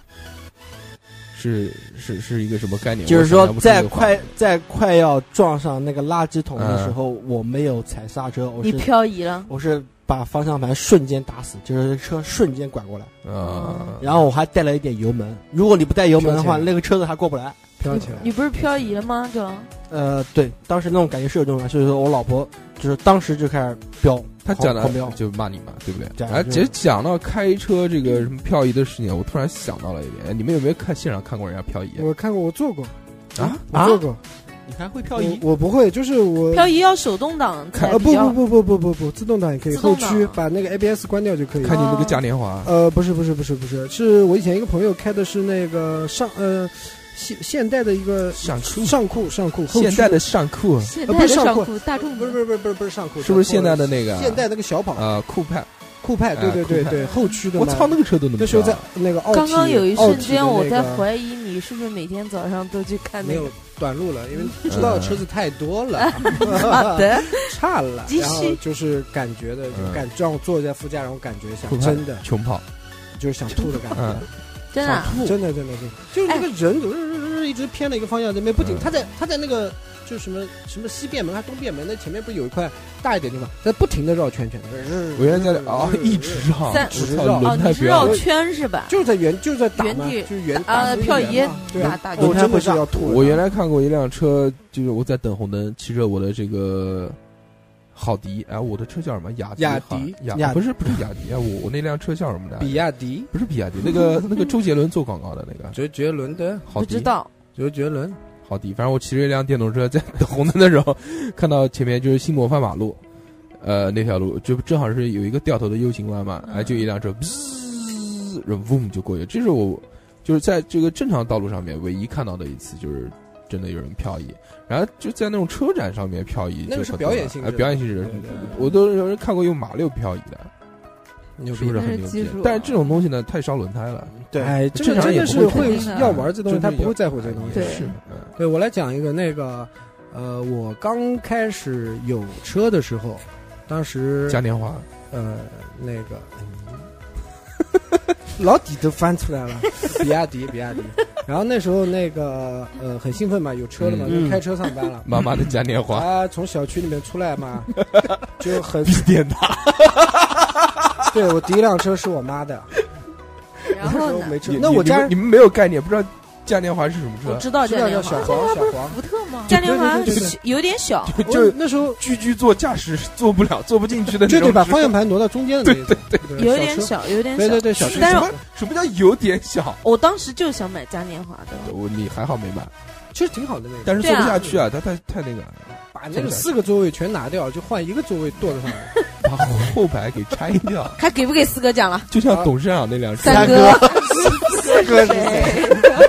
是是是一个什么概念？ 就是说我想象不出在这个画快面在快要撞上那个垃圾桶的时嗯候，我没有踩刹车，我你是漂移了， 我是把方向盘瞬间打死，就是车瞬间拐过来， 啊， 然后我还带了一点油门。如果你不带油门的话， 飘起来那个车子还过不来。 飘起来。 你不是漂移了吗？就呃，对，当时那种感觉是有这种感觉，所以说我老婆就是当时就开始飙， 他讲的狂飙。 就骂你嘛，对不对？ 讲哎，其实讲到开车这个什么漂移的事情，我突然想到了一点，哎你们有没有看现场看过人家漂移我看过，我做过啊？ 我做过。 你还会漂我移？ 我不会，就是我漂移要手动挡才呃比较不不不不不不不，自动挡也可以，后自动挡驱把那个 A B S 关掉就可以。 看你那个嘉年华， 呃，不是不是不是不是，是我以前一个朋友开的是那个上呃现现代的一个上酷上酷上酷，后驱现代的上酷现呃不是上库在的上库大众不是不是不是不是不是上酷， 是不是现代的那个？ 现代那个小跑啊，酷派， 酷派？对对对酷派对，后驱的嘛。 我操，那个车都能那时候在飘那个奥体刚刚有一瞬间，我在奥体的那个怀疑你是不是每天早上都去看没有那个。 短路了，因为知道的车子太多了， 好的， 差了， 继续然后就是感觉的，就嗯感让我坐在副驾，让我感觉酷派想真的穷跑， 就是想吐的感觉嗯。 真的啊真的真的真的，就是那个人总是一直偏了一个方向，那边不仅他在他在那个就什么什么西便门还是东便门，那前面不是有一块大一点地方，在不停的绕圈圈。 我原来在啊一直绕， 三我操， 绕哦， 轮胎不要你是绕。圈是吧？ 就是在原就是在打嘛， 原地就是原啊， 打漂移对啊， 打打我真的是要吐了。 我原来看过一辆车，就是我在等红灯，骑着我的这个好迪，哎，我的车叫什么？雅迪， 雅迪雅雅不是不是雅迪啊，我我那辆车叫什么来着？ 比亚迪、 不是比亚迪，那个那个周杰伦做广告的那个周杰伦的好迪， 不知道， 周杰伦， 好迪。反正我骑着一辆电动车在等红灯的时候，看到前面就是新模范马路，呃，那条路就正好是有一个掉头的 U 型弯嘛，哎，就一辆车，噗，然后嗡就过去。这是我就是在这个正常道路上面唯一看到的一次，就是真的有人漂移。然后就在那种车展上面漂移， 那个就是很多哎， 表演性质的表演性质对对对， 我都有人看过用马六漂移的， 牛是不是很牛逼那是技术？ 但是这种东西呢，太烧轮胎了。 对， 哎，这个正常真的是也不会会肯定的要玩这东西， 真的他不会在乎这东西。 对是，嗯对我来讲一个那个，呃，我刚开始有车的时候，当时嘉年华， 呃那个、嗯、老底都翻出来了，比亚迪，比亚迪。然后那时候那个呃很兴奋嘛，有车了嘛， 嗯就开车上班了。 妈妈的嘉年华， 他从小区里面出来嘛，就很必电大。 对我第一辆车是我妈的， 然后呢？ 没车你， 那我家人你们你们没有概念，不知道嘉年华是什么车？ 我知道知道嘉年华， 叫小黄，小黄。 福特吗？ 嘉年华对对对对有点小， 我就那时候居居坐驾驶坐不了，坐不进去的那就种。 得把方向盘挪到中间的那种，对对有点。小，有点小。 对对对，小车但是什么什么叫有点小？ 我当时就想买嘉年华的， 我你还好没买， 其实挺好的那个， 但是坐不下去啊，它太太那个， 把那个四个座位全拿掉，就换一个座位坐在上面。 把后排给拆掉， 还给不给四哥奖了？ 就像董事长那辆车。 三哥， 四个是谁？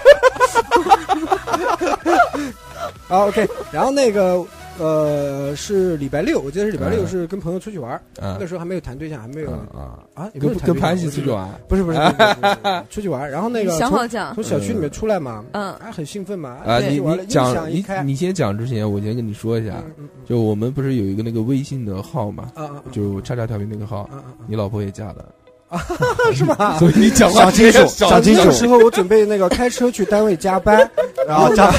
好 OK，然后那个呃是礼拜六，我记得是礼拜六， 嗯是跟朋友出去玩， 嗯那时候还没有谈对象，还没有啊， 啊，也没有跟谈对象跟潘西出去，玩， 不是不是不是不是不是不是出去玩，然后那个从想好讲， 从小区里面出来嘛， 嗯还很兴奋嘛， 啊，你出去玩了你讲音响一你开， 你先讲之前，我先跟你说一下， 嗯嗯就我们不是有一个那个微信的号嘛， 嗯啊啊， 就叉叉调频那个号， 啊啊你老婆也加的， 啊，是吧？ 所以你讲话想清楚小想清楚那个时候我准备那个开车去单位加班，然后加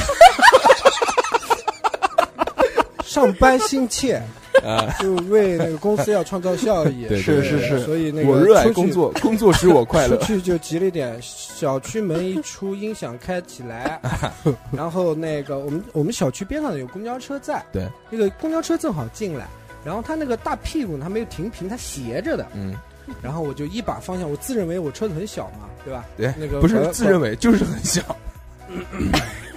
上班心切， 啊， 就为那个公司要创造效益， 对是是是所以那个我热爱出去工作，工作使我快乐出。去就急了一点，小区门一出，音响开起来，然后那个我们我们小区边上有公交车在， 对， 那个公交车正好进来，然后他那个大屁股它没有停平，它斜着的， 嗯， 然后我就一把方向，我自认为我车子很小嘛，对吧？ 对， 那个不是保自认为，就是很小。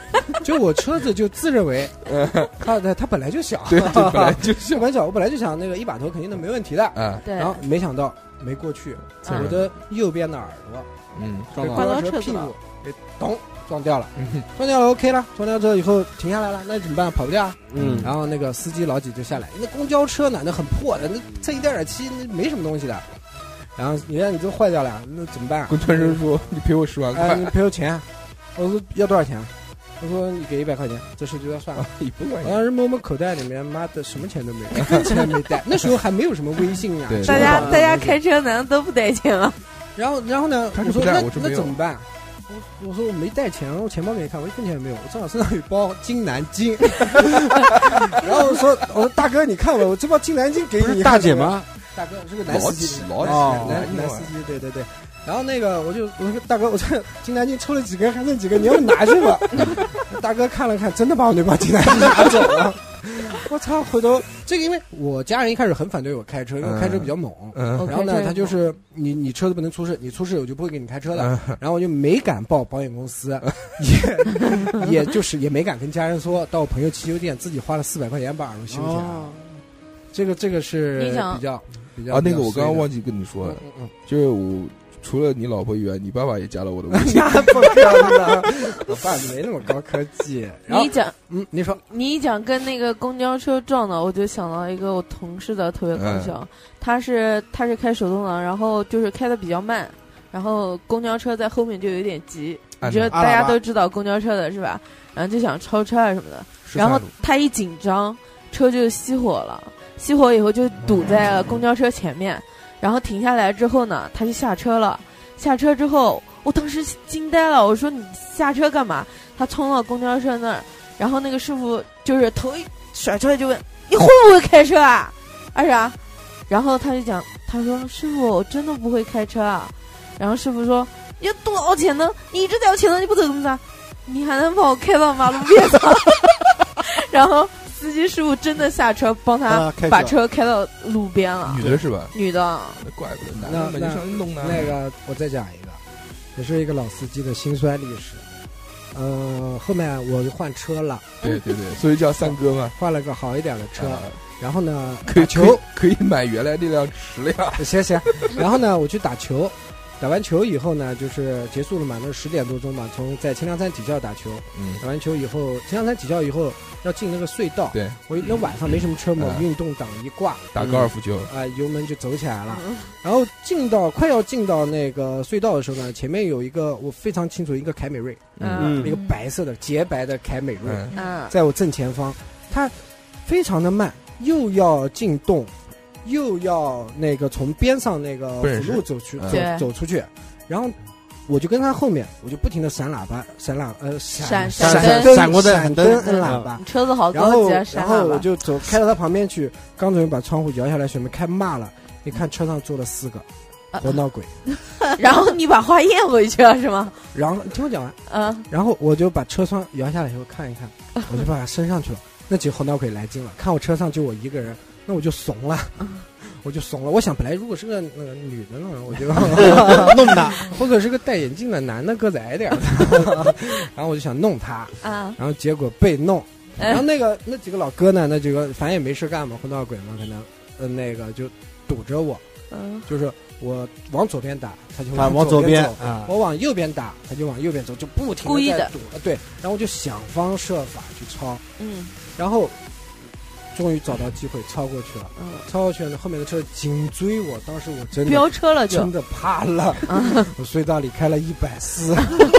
就我车子就自认为，他他他本来就小， 对，本来就小蛮小，我本来就想那个一把头肯定都没问题的， 啊， 对， 然后没想到没过去，我的右边的耳朵嗯， 被公撞到交车屁股车子了给咚撞掉了，撞掉了 OK 了，撞掉之后以后停下来了，那怎么办？跑不掉啊。 嗯， 然后那个司机老几就下来，那公交车呢，那很破的，那才一点点漆，那没什么东西的。然后你看你都坏掉了，那怎么办？ 公交车说你赔我十万哎， 块， 你赔我钱。我说要多少钱？我说你给一百块钱，这事就要算了。 一百块我当时摸摸口袋里面，妈的什么钱都没有，一分钱没带。那时候还没有什么微信啊， 对大家大家开车难道都不带钱吗？ 然后然后呢， 他是不带我说那我是没有那怎么办？我我说我没带钱，我钱包给你看，我一分钱也没有，我正好身上有一包金南京。然后我说我说大哥你看吧，我这包金南京给你。 大姐吗？ 大哥是个男司机， 老几哦老几男男司机，对对对。然后那个我就我说大哥，我这金南京抽了几根，还剩几根，你要不拿去吧？大哥看了看，真的把我那包金南京拿走了。我操！回头这个，因为我家人一开始很反对我开车，因为我开车比较猛。 嗯然后呢，他就是你你车子不能出事，你出事我就不会给你开车的。然后我就没敢报保险公司，也也就是也没敢跟家人说，到我朋友汽修店自己花了四百块钱把耳朵修起来了。这个这个是你想比较比较啊，那个我刚刚忘记记跟你说了， 嗯嗯就是我除了你老婆以外，你爸爸也加了我的微信。 那不可能，我爸没那么高科技。然后你一讲， 嗯，你说你一讲跟那个公交车撞的，我就想到一个我同事的特别搞笑。他是他是开手动挡，然后就是开的比较慢，然后公交车在后面就有点急。你觉得大家都知道公交车的是吧？然后就想超车啊什么的。然后他一紧张，车就熄火了。熄火以后就堵在了公交车前面。然后停下来之后呢，他就下车了。下车之后，我当时惊呆了，我说你下车干嘛？他冲到公交车那儿，然后那个师傅就是头一甩出来就问：“你会不会开车啊？”二啥？然后他就讲，他说：“师傅，我真的不会开车啊。”然后师傅说：“要多少钱呢？你一直在我前头，你不走怎么着？你还能把我开到马路边上？”然后司机师傅真的下车帮他把车开到路边了。 女的是吧？ 女的。 那怪不得， 那男的就上去弄呢。 那个我再讲一个，也是一个老司机的辛酸历史。呃，后面我就换车了。 对对对，所以叫三哥嘛。 换了个好一点的车， 啊、 然后呢， 可以球可以买原来那辆十辆。 行行，然后呢，我去打球。打完球以后呢，就是结束了嘛，那十点多钟嘛，从在清凉山体校打球， 嗯， 打完球以后，清凉山体校以后要进那个隧道， 对， 我那晚上没什么车嘛， 嗯、 运动档一挂， 打高尔夫球， 啊、呃，油门就走起来了，嗯、然后进到快要进到那个隧道的时候呢，前面有一个我非常清楚一个凯美瑞， 嗯， 一个白色的洁白的凯美瑞， 嗯， 在我正前方，它非常的慢，又要进洞，又要那个从边上那个辅路走去走走出去。然后我就跟他后面，我就不停的闪喇叭，闪喇呃闪闪灯闪过的闪灯摁喇叭， 车子好高级啊！ 然后我就走开到他旁边去，刚准备把窗户摇下来，准备开骂了，一看车上坐了四个活闹鬼， 然后你把话咽回去了是吗？ 然后听我讲完， 嗯， 然后我就把车窗摇下来以后看一看，我就把它升上去了，那几个活闹鬼来劲了，看我车上就我一个人，那我就怂了。我就怂了，我想本来如果是个那个女的呢，我就弄他，或者是个戴眼镜的男的个子矮点的，然后我就想弄他， 啊， 然后结果被弄，然后那个那几个老哥呢，那几个反正也没事干嘛，混闹鬼嘛，可能呃那个就堵着我， 嗯， 就是我往左边打，他就往左边走，啊，我往右边打，他就往右边走，就不停故意的堵，对，然后我就想方设法去超， 嗯， 然后。终于找到机会超过去了，嗯，超过去了，后面的车紧追我，当时我真的飙车了就， 真的怕了， 嗯、 我隧道里开了一百四，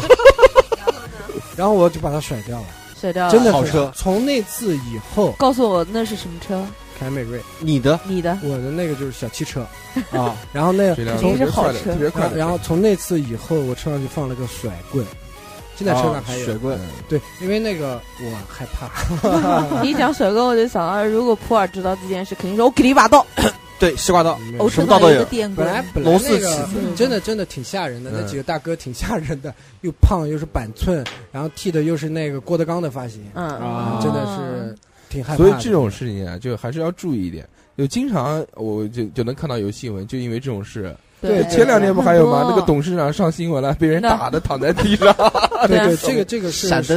然后我就把它甩掉了， 甩掉了， 真的好车。 从那次以后， 告诉我那是什么车？ 凯美瑞， 你的， 你的， 我的那个就是小汽车啊，然后那个从是好车， 特别快， 然后从那次以后，我车上就放了个甩棍。现在车上还有甩棍， 对，因为那个我害怕。 你讲甩棍，我就想到，如果普洱知道这件事，肯定说我给你一把刀。 对，西瓜刀， 我什么刀都有。 本来本来那个真的真的挺吓人的，那几个大哥挺吓人的，又胖又是板寸，然后剃的又是那个郭德纲的发型， 嗯啊，真的是挺害怕。 所以这种事情啊，就还是要注意一点。就经常我就就能看到有新闻，就因为这种事。 对， 前两年不还有吗？那个董事长上新闻了，被人打的躺在地上。 对对，这个这个是闪灯，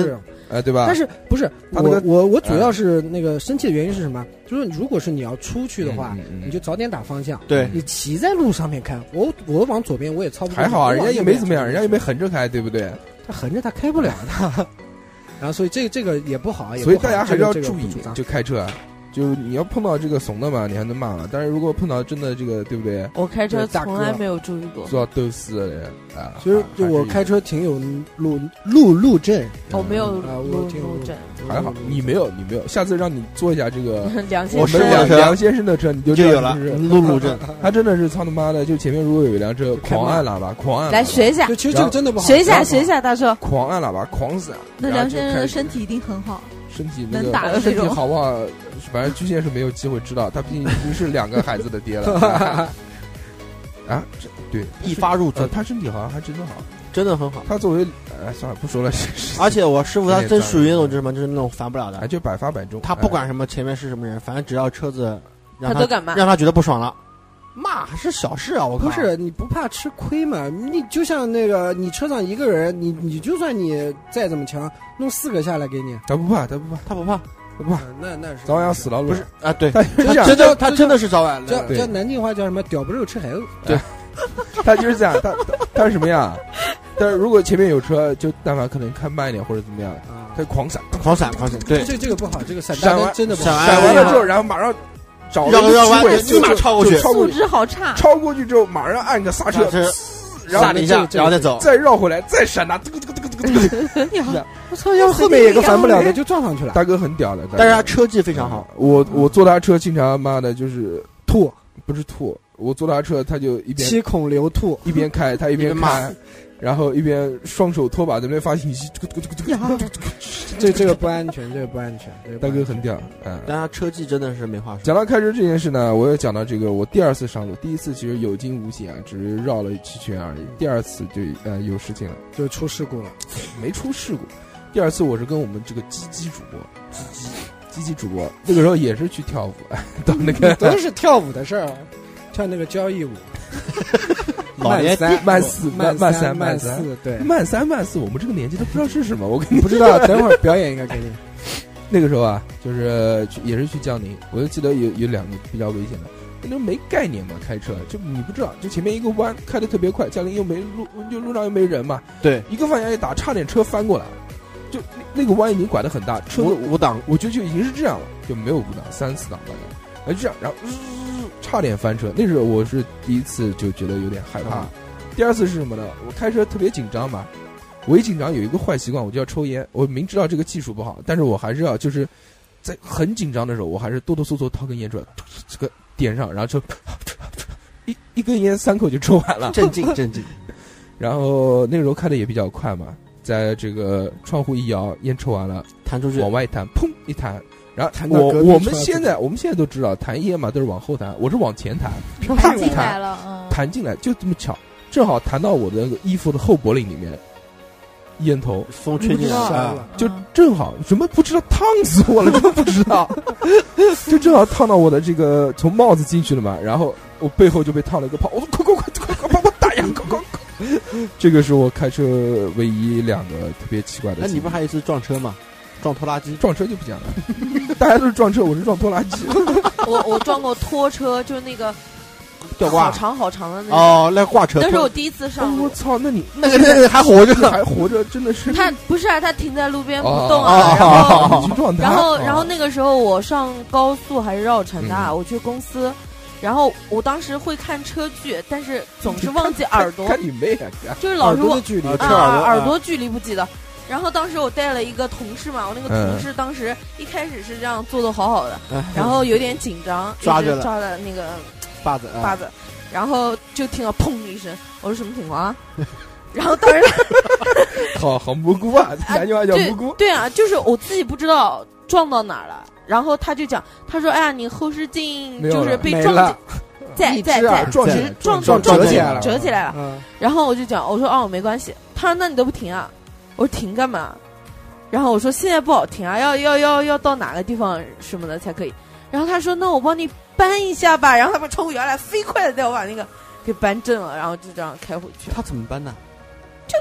哎，对吧？ 但是不是他那个我我我主要是那个生气的原因是什么？就是如果是你要出去的话， 嗯嗯嗯你就早点打方向。 对你骑在路上面开，我我往左边我也超不过去。 还好啊，人家也没怎么样，人家也没很横着开，对不对？ 他横着他开不了的。然后所以这这个也不好，也不好所以大家还是要这个注意这个不主张， 就开车啊。就你要碰到这个怂的嘛，你还能骂嘛。但是如果碰到真的这个，对不对？ 我开车对大哥从来没有注意过， 做到斗私的人啊， 其实就我还开车挺有路路路症， 我没有啊， 路我挺有路症， 还好，你没有，你没有。下次让你坐一下这个梁先我们生梁梁先生的车，你就就有了是路路症。 他真的是操他妈的，就前面如果有一辆车狂按喇叭，狂按喇叭来学一下就，其实这个真的不好。 学一下，学一下，大叔。 狂按喇叭，狂闪。 那梁先生的身体一定很好， 身体那能打个身体的那种好不好？反正居先是没有机会知道，他毕竟已经是两个孩子的爹了。啊，这对， 一发入呃， 正， 他身体好像还真的好。 真的很好。 他作为，哎，算了，不说了。 而且我师傅他真属于那种就是什么，就是那种烦不了哎， 的。 就百发百中。 他不管什么前面是什么人，反正只要车子让他都敢骂让他觉得不爽了，骂还是小事啊！我靠， 不是你不怕吃亏嘛？你就像那个你车上一个人，你你就算你再怎么强，弄四个下来给你， 他不怕，他不怕， 他不怕， 他不怕， 嗯那那是早晚要死到路上。 不是啊？对， 他他就这样真的他真的是早晚对叫叫南京话叫什么？屌不肉吃海鸥。 他就是这样，他他他是什么样？但是如果前面有车，就但凡可能开慢一点或者怎么样， 啊， 他狂闪， 狂闪狂闪，对， 这这个不好，这个闪闪完大灯真的不好。 闪完闪完了之后，然后马上找绕绕弯个机会立马超过去就超过去， 素质好差， 超过去之后马上按个刹车刹，车然后刹了一下，然后再走。 再绕回来，再闪他，这个这个这个这个这个，是的我操，要后面有个烦不了的就撞上去了。 大哥很屌的，大哥但是他车技非常好， 我我坐他车，经常妈的就是吐， 不是吐，我坐他车，他就一边七孔流吐。 一边开，他一边一边骂开，然后一边双手拖把在那边发信息，这个这个这个这个这个这这个不安全，这个不安全。这个不大安全哥很屌，嗯。 但他车技真的是没话说。 讲到开车这件事呢，我又讲到这个，我第二次上路，第一次其实有惊无险，只是绕了几圈而已。第二次就呃有事情了， 就出事故了。 没出事故。第二次我是跟我们这个鸡鸡主播，鸡鸡鸡鸡主播，那个时候也是去跳舞，到那个都是跳舞的事儿，跳那个交谊舞。 老年三慢四慢慢三慢慢三四，对， 慢三慢四，我们这个年纪都不知道是什么。我跟你不知道，等会儿表演一个给你。 那个时候啊，就是去也是去江宁，我就记得有有两个比较危险的，那时候没概念嘛，开车就你不知道，就前面一个弯开的特别快，江宁又没路，就路上又没人嘛， 对， 一个方向一打，差点车翻过来，就那那个弯已经拐得很大，车子五五档， 我觉得就已经是这样了，就没有五档，三四档大概，哎就这样，然后、呃、差点翻车，那时候我是第一次就觉得有点害怕，第二次是什么呢？我开车特别紧张嘛。我一紧张有一个坏习惯，我就要抽烟。我明知道这个技术不好，但是我还是要就是在很紧张的时候，我还是哆哆嗦嗦掏根烟出来，这个点上，然后抽一一根烟三口就抽完了， 镇静镇静。 然后那个时候开的也比较快嘛，在这个窗户一摇，烟抽完了， 弹出去， 往外一弹，砰一弹。然后弹到我隔壁出来我们现在我们现在都知道弹烟嘛都是往后弹，我是往前弹， 弹进来弹了，嗯， 弹进来就这么巧，正好弹到我的那个衣服的后脖领里面。烟头风吹进来啊， 就正好什么不知道烫死我了，真的不知道，就正好烫到我的这个从帽子进去了嘛，然后我背后就被烫了一个泡，我说快快快快快把我打呀，快快快！这个是我开车唯一两个特别奇怪的。 那你不还有一次撞车吗？撞拖拉机， 撞车就不讲了，大家都是撞车，我是撞拖拉机。 我我撞过拖车，就是那个吊挂好长好长的那种。 哦，那挂车， 那是我第一次上路。 我操，那你那个那个还活着呢， 还活着，真的是。 他不是啊，他停在路边不哦动啊，然后你去撞他。 然后哦然后那个时候我上高速还是绕城的， 嗯我去公司。然后我当时会看车距，但是总是忘记耳朵， 看你妹啊！ 就是老是忘耳朵的距离， 啊啊车耳朵耳朵距离不记得。然后当时我带了一个同事嘛，我那个同事当时一开始是这样做的好好的，然后有点紧张， 抓着了一直抓着那个把子把子，然后就听到砰一声，我说什么情况啊？然后当时好好蘑菇啊，南京话叫蘑菇。 对啊，就是我自己不知道撞到哪儿了，然后他就讲，他说哎呀，你后视镜就是被撞进。在在在撞直撞撞撞折起来了， 折起来了。 嗯， 然后我就讲，我说哦没关系。他说那你都不停啊？我说停干嘛？然后我说现在不好停啊，要要要要到哪个地方什么的才可以。然后他说那我帮你搬一下吧。然后他把窗户摇来，飞快的带我把那个给搬正了，然后就这样开回去。 他怎么搬呢？ 就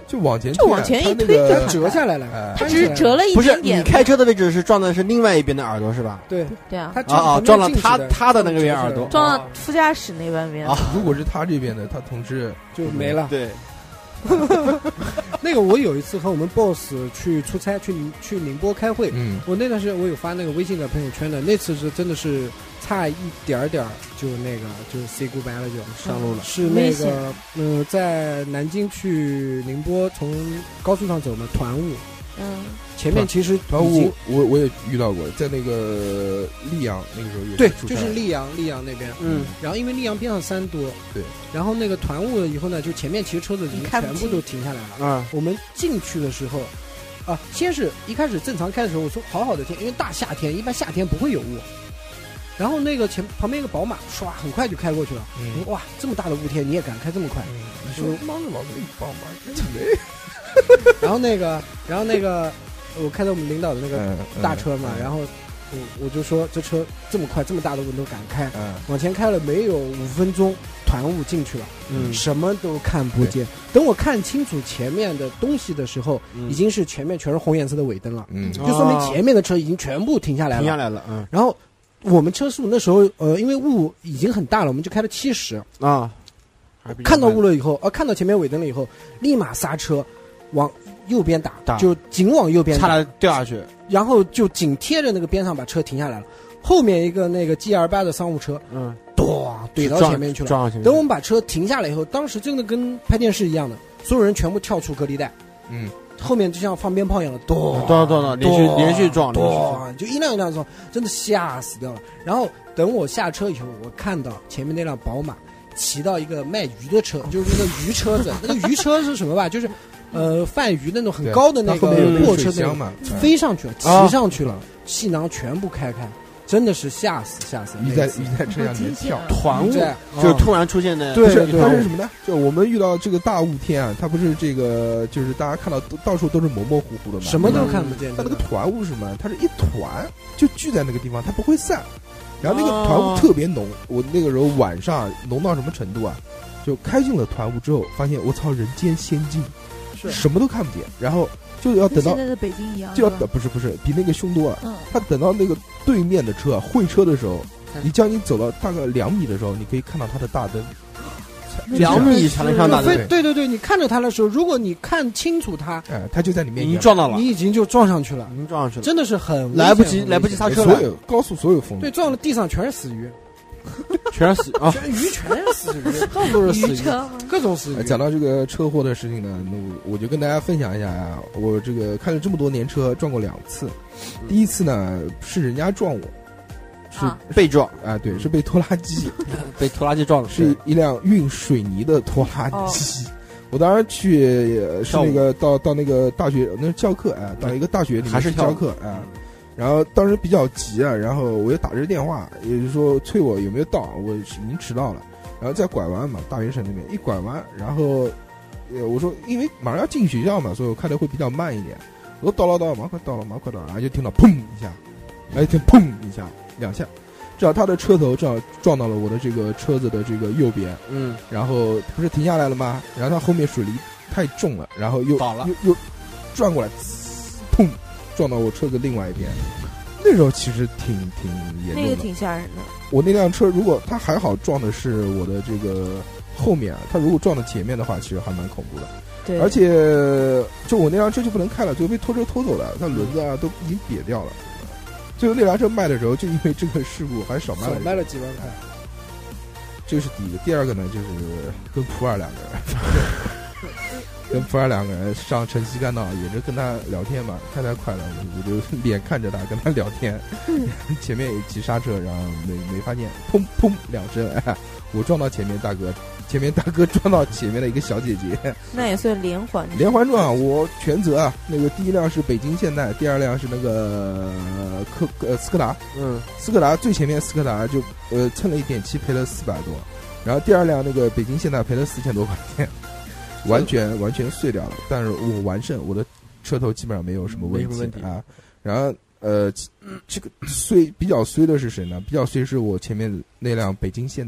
就往前就往前一推就它折下来了， 哎它只是折了一不是点点。 你开车的位置是撞的是另外一边的耳朵是吧？ 对对啊， 它啊啊，撞了他他的那个边耳朵， 撞到副驾驶那半边。 啊如果是他这边的，他同事就没了。 对， 那个我有一次和我们 boss 去出差，去去宁波开会， 嗯， 我那段时间我有发那个微信的朋友圈的，那次是真的是差一点点儿就那个就 say goodbye 了，就上路了。 是那个呃，在南京去宁波从高速上走嘛，团务， 嗯， 前面其实团已经务我我也遇到过，在那个溧阳那个时候也对， 出差就是溧阳溧阳那边， 嗯， 然后因为溧阳边上山多， 对， 然后那个团务了以后呢，就前面其实车子已经你看不清全部都停下来了。 啊， 我们进去的时候，啊，先是一开始正常开的时候，我说好好的天，因为大夏天，一般夏天不会有雾。然后那个前旁边一个宝马，唰，很快就开过去了。 嗯我说哇，这么大的雾天，你也敢开这么快？ 嗯你说妈的，老子一宝马开没？ 然后那个，然后那个，我开的我们领导的那个嗯大车嘛，然后我我就说这车这么快，这么大的雾都敢开， 嗯， 往前开了没有五分钟，团雾进去了， 嗯什么都看不见。等我看清楚前面的东西的时候， 嗯已经是前面全是红颜色的尾灯了， 嗯就说明前面的车已经全部停下来了。 停下来了，嗯然后我们车速那时候，呃，因为雾已经很大了，我们就开了七十。 啊， 看到雾了以后，呃，看到前面尾灯了以后，立马刹车，往右边打， 打就紧往右边打， 差点掉下去， 然后就紧贴着那个边上把车停下来了。后面一个那个 G L 八的商务车， 嗯， 咚怼到撞前面去了。 撞上前面。 等我们把车停下来以后，当时真的跟拍电视一样的，所有人全部跳出隔离带， 嗯， 后面就像放鞭炮一样的，咚撞撞撞，连续连续撞，连续撞， 咚，就一辆一辆撞，真的吓死掉了。然后等我下车以后，我看到前面那辆宝马骑到一个卖鱼的车，就是那个鱼车子，那个鱼车是什么吧？就是呃贩鱼的那种很高的那个它后面有那个货车那种， 水箱嘛，嗯飞上去了，骑啊上去了，气囊全部开开，真的是吓死吓死。 鱼在那次鱼在车厢里面跳。 团雾在就是突然出现的， 对不是， 对它是什么呢？就我们遇到这个大雾天啊，它不是这个，就是大家看到都到处都是模模糊糊的嘛， 什么都对吧看不见。 它那个真的团雾是什么？它是一团就聚在那个地方，它不会散。然后那个哦团雾特别浓，我那个时候晚上浓到什么程度啊？就开进了团雾之后，发现我操，人间仙境， 是什么都看不见。然后就要等到跟现在的北京一样，是吧就要等，不是不是，比那个凶多了。 嗯， 他等到那个对面的车啊会车的时候，你将近走了大概两米的时候，你可以看到他的大灯。 两米才能上大非灯， 对对对，你看着它的时候，如果你看清楚它， 哎，他就在你面前， 已经撞到了， 你已经就撞上去了已，经撞上去了， 真的是很危险来不及很危险来不及刹车了， 所有高速所有风对，撞了地上全是死鱼， 全是死啊！ 全鱼全是死鱼，到处都是死鱼， 鱼车， 各种死鱼。 哎讲到这个车祸的事情呢，那我我就跟大家分享一下啊，我这个开了这么多年车，撞过两次。第一次呢是人家撞我，是啊被撞， 啊对，是被拖拉机， 被拖拉机撞了， 是一辆运水泥的拖拉机。我当时去呃是那个到到那个大学，那是教课啊，到一个大学里面去还是跳舞教课啊。然后当时比较急啊，然后我又打这个电话，也就是说催我有没有到，我已经迟到了。然后再拐弯嘛，大学城那边一拐弯，然后呃我说因为马上要进学校嘛，所以我开的会比较慢一点。我说到了到了，马上快到了，马上快到了，然后就听到砰一下，然后一听砰一下两下，正好他的车头正好撞到了我的这个车子的这个右边， 嗯， 然后不是停下来了吗？然后他后面水泥太重了，然后又倒了又又转过来，呲砰撞到我车子另外一边。那时候其实挺挺严重的。 那个挺吓人的。 我那辆车如果它还好撞的是我的这个后面啊，它如果撞到前面的话，其实还蛮恐怖的。 对， 而且就我那辆车就不能开了，最后被拖车偷走了，它轮子啊都已经瘪掉了。最后那辆车卖的时候，就因为这个事故还少卖了一点。 少卖了几万块。 这个是第一个，第二个呢，就是跟普洱两个人，跟普洱两个人上城西干道，也是跟他聊天嘛，太太快了，我我就脸看着他跟他聊天，前面也急刹车，然后没没发现，砰砰两声，哎，我撞到前面大哥，前面大哥撞到前面的一个小姐姐， 那也算连环连环撞，我全责啊。那个第一辆是北京现代，第二辆是那个科呃斯柯达， 嗯， 斯柯达最前面斯柯达就呃蹭了一点漆，赔了四百多，然后第二辆那个北京现代赔了四千多块钱，完全完全碎掉了。但是我完胜，我的车头基本上没有什么问题没什么问题啊。然后呃，这个衰比较衰的是谁呢？比较衰是我前面那辆北京现代，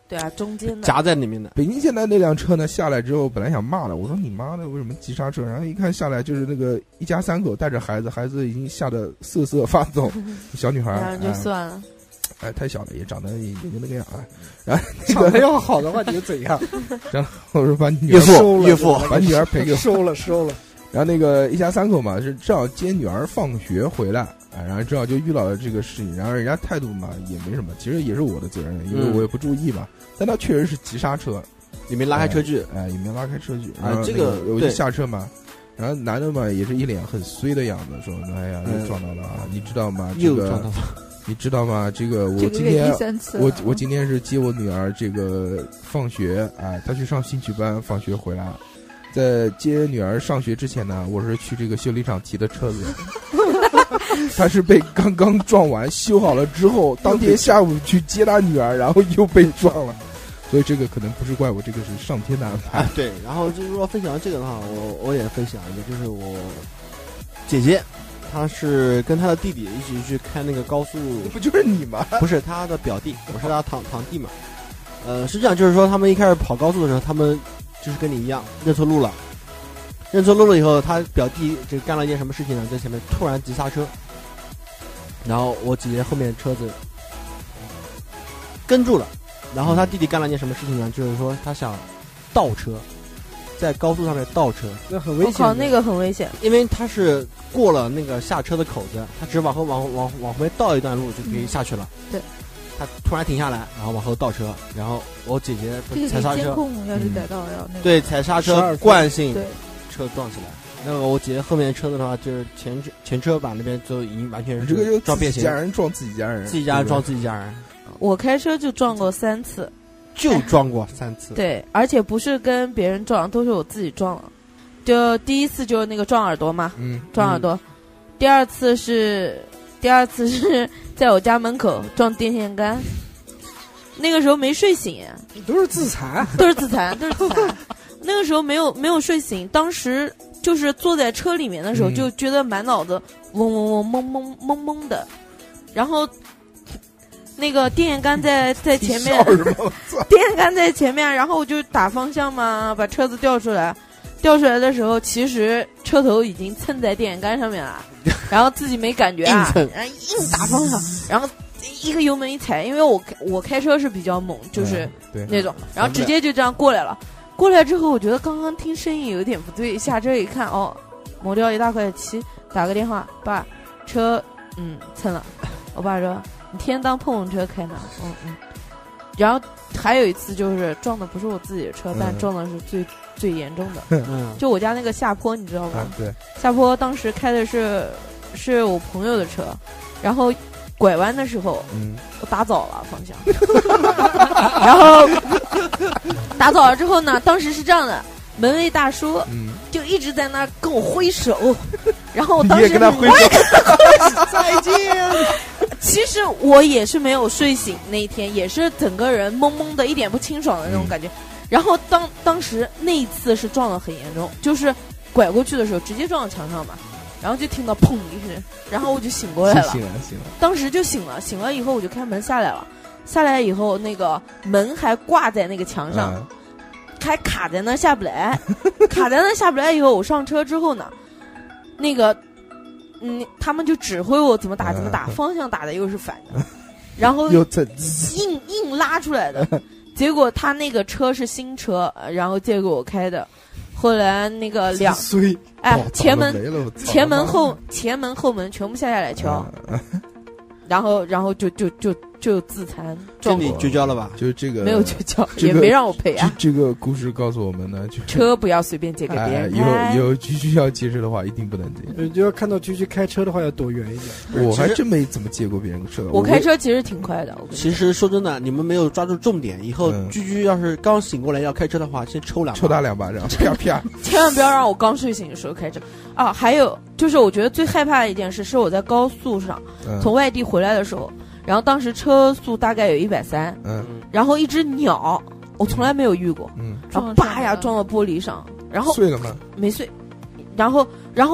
对啊，中间的夹在里面的。 北京现在那辆车呢，下来之后本来想骂的，我说你妈的为什么急刹车？然后一看下来就是那个一家三口带着孩子，孩子已经吓得瑟瑟发抖，小女孩， 然后就算了。 哎，太小了，也长得也也就那个样啊。然后长得要好的话，你就怎样？ 然后我说把女岳儿父岳父把女儿赔给我收了收了。 然后那个一家三口嘛，是正好接女儿放学回来，啊，然后正好就遇到了这个事情。然后人家态度嘛也没什么，其实也是我的责任，因为我也不注意嘛。嗯、但他确实是急刹车， 里面拉开车距， 哎，里面拉开车距。 啊，这个我就下车嘛。然后男的嘛也是一脸很衰的样子，说：“哎呀，又撞到了啊！你知道吗？这个又撞到了。” 你知道吗？这个我今天我我今天是接我女儿这个放学啊，她去上兴趣班，放学回来，在接女儿上学之前呢，我是去这个修理厂提的车子，她是被刚刚撞完修好了之后，当天下午去接她女儿，然后又被撞了，所以这个可能不是怪我，这个是上天的安排。 啊、对，然后就是说分享这个的话，我我也分享一个，就是我姐姐。他是跟他的弟弟一起去开那个高速， 不就是你吗？ 不是他的表弟，我是他堂堂弟嘛。呃，是这样，就是说他们一开始跑高速的时候，他们就是跟你一样认错路了，认错路了以后，他表弟就干了一件什么事情呢？在前面突然急刹车，然后我姐姐后面车子跟住了，然后他弟弟干了一件什么事情呢？就是说他想倒车。在高速上面倒车， 那很危险。 我靠，那个很危险， 因为他是过了那个下车的口子，他只往后往往往后面倒一段路就可以下去了。 嗯、对， 他突然停下来，然后往后倒车，然后我姐姐踩刹车， 监控要是逮到要那个、 嗯、对踩刹车惯性对车撞起来。那个我姐姐后面车子的话，就是前前车把那边就已经完全是这个就撞变形， 家人撞自己家人， 自己家人撞自己家人。 我开车就撞过三次。 就撞过三次， 对，而且不是跟别人撞，都是我自己撞了。就第一次就是那个撞耳朵嘛， 嗯， 撞耳朵。嗯、第二次是，第二次是在我家门口撞电线杆。那个时候没睡醒， 都是自残， 都是自残，都是自残。那个时候没有没有睡醒，当时就是坐在车里面的时候，嗯、就觉得满脑子嗡嗡嗡蒙蒙蒙蒙的，然后。那个电线杆在在前面，电线杆在前面，然后我就打方向嘛，把车子调出来。调出来的时候，其实车头已经蹭在电线杆上面了，然后自己没感觉啊，然后硬打方向，然后一个油门一踩，因为我我开车是比较猛，就是那种，然后直接就这样过来了。过来之后，我觉得刚刚听声音有点不对，下车一看，哦，磨掉一大块漆，打个电话，爸，车嗯蹭了。我爸说。你天天当碰碰车开呢，嗯嗯，然后还有一次就是撞的不是我自己的车，嗯、但撞的是最最严重的，嗯，就我家那个下坡，你知道吗？ 啊、对， 下坡当时开的是是我朋友的车，然后拐弯的时候，嗯，我打早了方向，然后打早了之后呢，当时是这样的。门卫大叔，嗯，就一直在那儿跟我挥手，然后我当时你也跟他挥手， 再见。其实我也是没有睡醒，那一天也是整个人懵懵的，一点不清爽的那种感觉。嗯、然后当当时那一次是撞得很严重，就是拐过去的时候直接撞到墙上嘛，然后就听到砰一声，然后我就醒过来了， 醒了醒了， 当时就醒了，醒了以后我就开门下来了，下来以后那个门还挂在那个墙上。嗯还卡在那下不来，卡在那下不来以后，我上车之后呢，那个，嗯，他们就指挥我怎么打怎么打，方向打的又是反的，然后硬硬拉出来的，结果他那个车是新车，然后借给我开的，后来那个两，哎，前门前门后前门后门全部下下来敲，然后然后就就就。就自残， 这你绝交了吧？ 就这个没有绝交， 这个、 也没让我赔啊。 这, 这个故事告诉我们呢，就车不要随便借给别人。 哎、以后以后居居要借车的话，一定不能这样。 你就要看到居居开车的话，要躲远一点。 我还真没怎么借过别人的车。 我开车其实挺快的。 其实说真的，你们没有抓住重点。以后居居要是刚醒过来要开车的话，先抽两抽他两巴掌，啪啪。 千万不要让我刚睡醒的时候开车啊！还有就是，我觉得最害怕的一件事是我在高速上、嗯、从外地回来的时候。然后当时车速大概有一百三，嗯，然后一只鸟，我从来没有遇过，嗯，然后叭呀撞到玻璃上，然后碎了吗？ 没碎，然后然后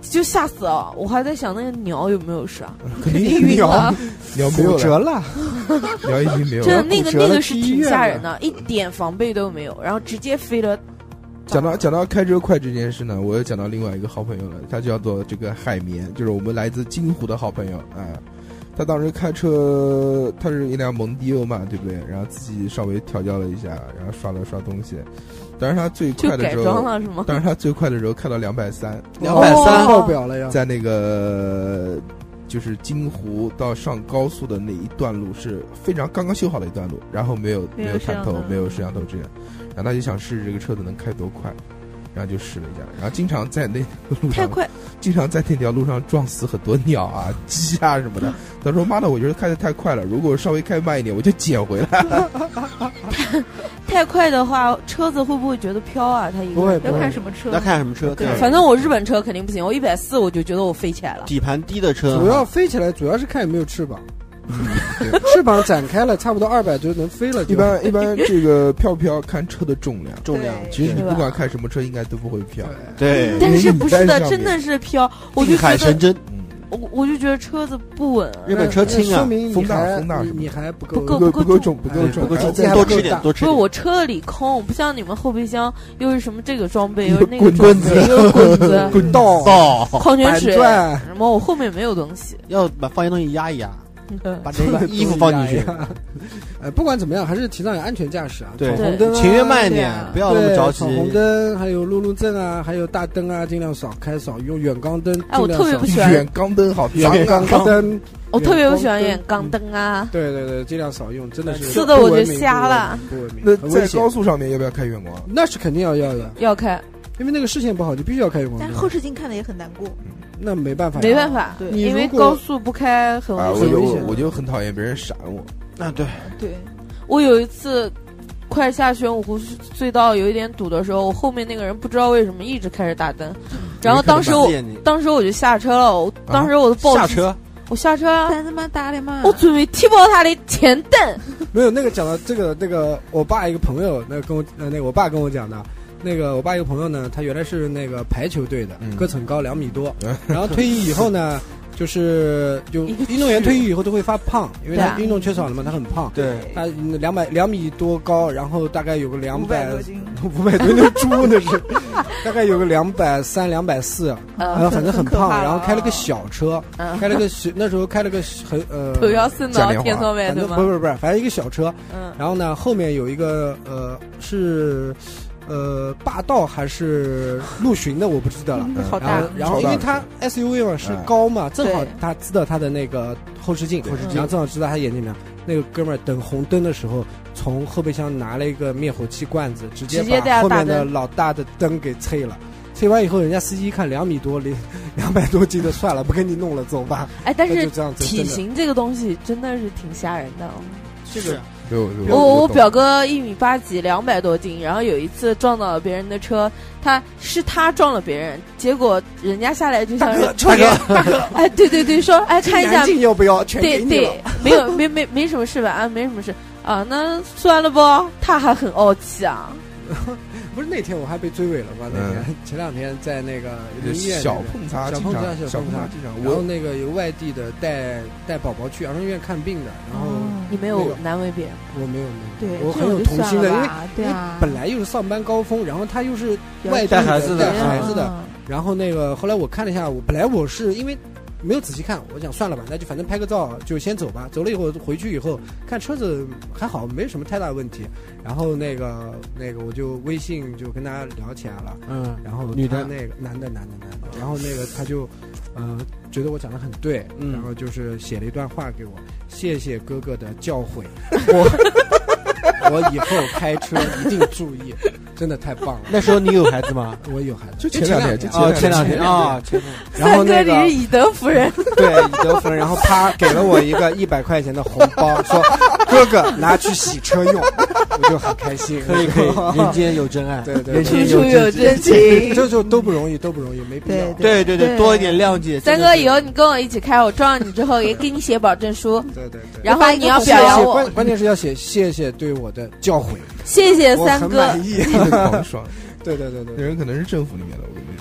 就吓死了。我还在想那个鸟有没有事啊？ 肯定晕了， 鸟没有折了， 鸟已经没有了。 真的那个那个是挺吓人的，一点防备都没有，然后直接飞了。 讲到讲到开车快这件事呢，我又讲到另外一个好朋友了，他叫做这个海绵，就是我们来自金湖的好朋友啊、哎。他当时开车，他是一辆蒙迪欧嘛，对不对？然后自己稍微调教了一下，然后刷了刷东西。但是他最快的时候， 就改装了是吗？ 但是他最快的时候开到两百三， 两百三爆表了呀！ 在那个就是金湖到上高速的那一段路是非常刚刚修好的一段路，然后没有没有探头，没有摄像头这样，然后他就想试试这个车子能开多快。然后就试了一下，然后经常在那路上， 太快， 经常在那条路上撞死很多鸟啊、鸡啊什么的。他说：“妈的，我觉得开得太快了，如果稍微开慢一点，我就捡回来。” 太快的话，车子会不会觉得飘啊？他一不会， 要看什么车， 要看什么车。 对，反正我日本车肯定不行，我一百四我就觉得我飞起来了。 底盘低的车， 主要飞起来主要是看有没有翅膀。翅膀展开了，差不多二百就能飞了。 一般一般，这个飘不飘看车的重量， 重量。 其实你不管开什么车，应该都不会飘。 对， 但是不是的，真的是飘。我就海神针， 我我就觉得车子不稳。 日本车轻啊， 说明风大风大， 你还不够不够不够重，不够重， 不够重，多吃点，多吃点。 不是我车里空，不像你们后备箱又是什么这个装备，又是那个装备，又是棍子、 棍道、 道、 矿泉水，什么我后面没有东西， 要把放些东西压一压。把这个衣服放进去。 呃，不管怎么样，还是提倡安全驾驶啊。 对， 闯红灯啊， 情愿慢一点，不要那么着急。 闯红灯，还有路怒症啊，还有大灯啊，尽量少开，少用远光灯。 哎，我特别不喜欢远光灯，好远光灯。 我特别不喜欢远光灯啊。 对对对，尽量少用，真的是。 刺的我就瞎了。 不文明。 那在高速上面要不要开远光？ 那是肯定要要的， 要开。 因为那个视线不好，你必须要开远光灯。 但后视镜看的也很难过。 那没办法， 没办法， 对， 因为高速不开很危险。 我就我就很讨厌别人闪我。 啊，对对， 我有一次快下玄武湖隧道有一点堵的时候，我后面那个人不知道为什么一直开着大灯，然后当时我当时我就下车了，我当时我都暴下车， 我下车啊， 胆子蛮大的嘛， 我准备踢爆他的前凳。 没有那个讲到这个那个，我爸一个朋友，那个跟我呃那个我爸跟我讲的。那个我爸一个朋友呢，他原来是那个排球队的，嗯、个子很高，两米多。然后退役以后呢，就是就运动员退役以后都会发胖，因为他运动缺少了嘛，他很胖。 对， 他两百两米多高，然后大概有个两百多斤， 五百多那猪那是，大概有个两百三、两百四，然后反正很胖。然后开了个小车，开了个那时候开了个很呃， 头要伸到天上面的吗？ 不不不是，反正一个小车。嗯，然后呢，后面有一个呃是。呃，霸道还是陆巡的，我不知道了。 嗯、好大。然后，因为它 S U V 嘛是高嘛， 嗯、 正好他知道他的那个后视镜，后视镜，然后正好知道他眼睛里面。那个哥们儿等红灯的时候，从后备箱拿了一个灭火器罐子，直接把后面的老大的灯给吹了。吹完以后，人家司机一看两米多，两两百多斤的，算了，不跟你弄了，走吧。 哎，但是体型这个东西真的是挺吓人的。 这个。 我我表哥一米八几，两百多斤，然后有一次撞到了别人的车，他是他撞了别人，结果人家下来就像是大哥大哥， 哎，对对对，说哎看一下要不要，全对对，没有没没没什么事吧啊，没什么事啊，那算了不，他还很傲气啊。 不是那天我还被追尾了吗？那天、嗯、前两天在那个医院小碰擦， 小碰擦，小碰擦机场， 然后那个有外地的带带宝宝去儿童医院看病的，然后、 哦、你没有难为别人， 我没有没有， 对， 我很有同心的，因为对啊， 本来又是上班高峰，然后他又是外地带孩子的带孩子的，然后那个后来我看了一下，我本来我是因为。没有仔细看，我想算了吧，那就反正拍个照就先走吧。走了以后回去以后看车子还好，没什么太大问题。然后那个那个我就微信就跟他聊起来了，嗯，然后女的那个男的男的男的，然后那个他就呃觉得我讲的很对，嗯，然后就是写了一段话给我，谢谢哥哥的教诲，我我以后开车一定注意。真的太棒了！ 那时候你有孩子吗？ 我有孩子， 就前两天，就前两天啊，前然后那个你是以德服人， 对，以德服人。然后他给了我一个一百块钱的红包，说哥哥拿去洗车用，我就很开心。 可以可以，人间有真爱， 对对， 处处有真情， 这就都不容易，都不容易，没必要。 对对对，多一点谅解。 三哥，以后你跟我一起开，我撞你之后也给你写保证书。 对对对， 然后你要表扬我， 关关键是要写谢谢对我的教诲。 谢谢三哥， 我很满意， 狂爽。 对对对对， 那人可能是政府里面的，我跟你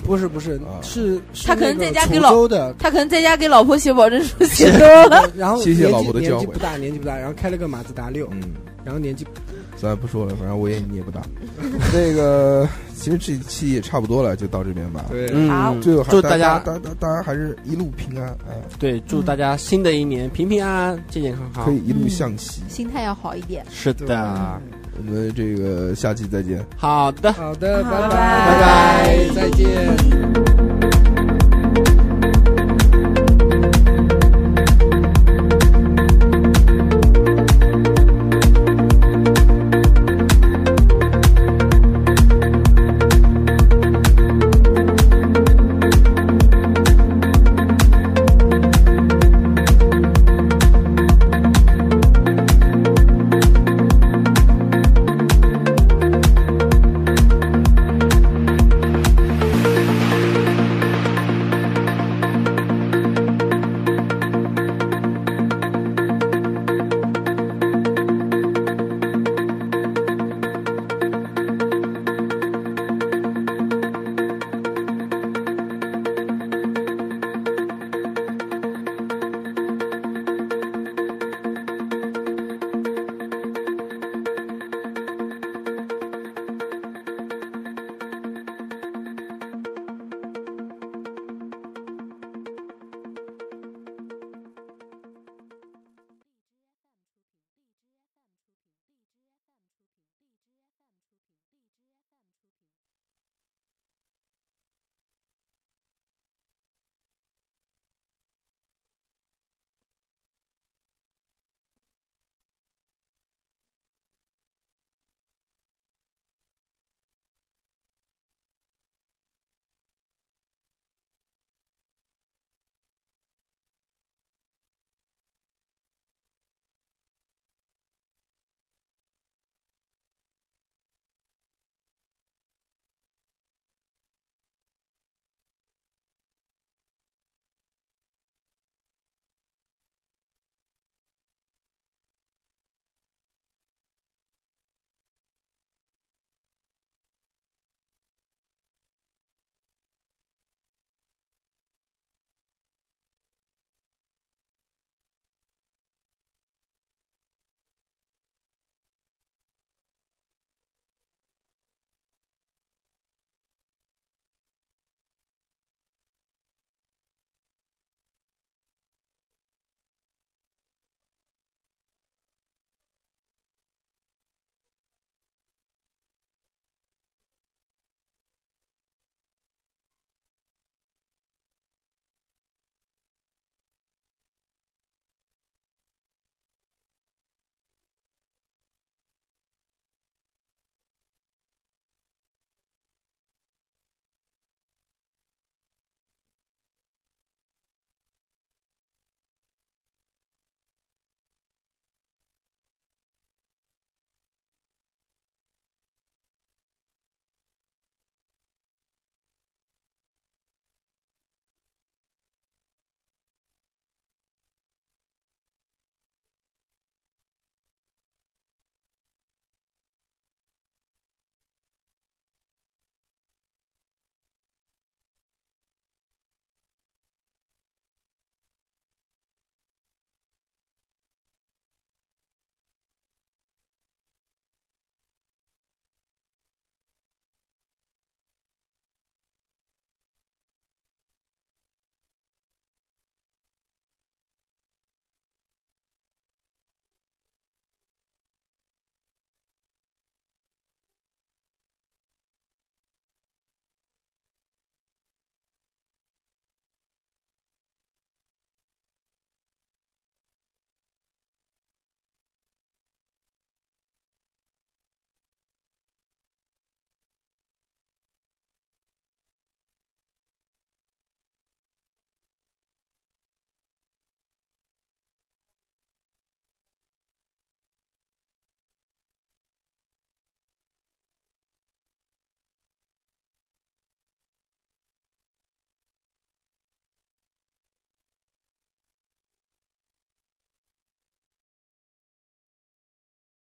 不是不是， 啊是他可能在家给滁老州的， 他可能在家给老婆写保证书写多了。 然后谢谢年纪老婆的教诲年纪不大，年纪不大，然后开了个马自达六， 嗯， 然后年纪算了不说了，反正我也你也不大。那个其实这一期也差不多了，就到这边吧。 对好嗯， 最后还大祝大家大大大家还是一路平安，哎， 对，祝大家新的一年平平安安、健健康康。 可以一路向西。 心态要好一点。 是的， 我们这个下期再见。 好的。 好的，拜好拜拜拜，再见。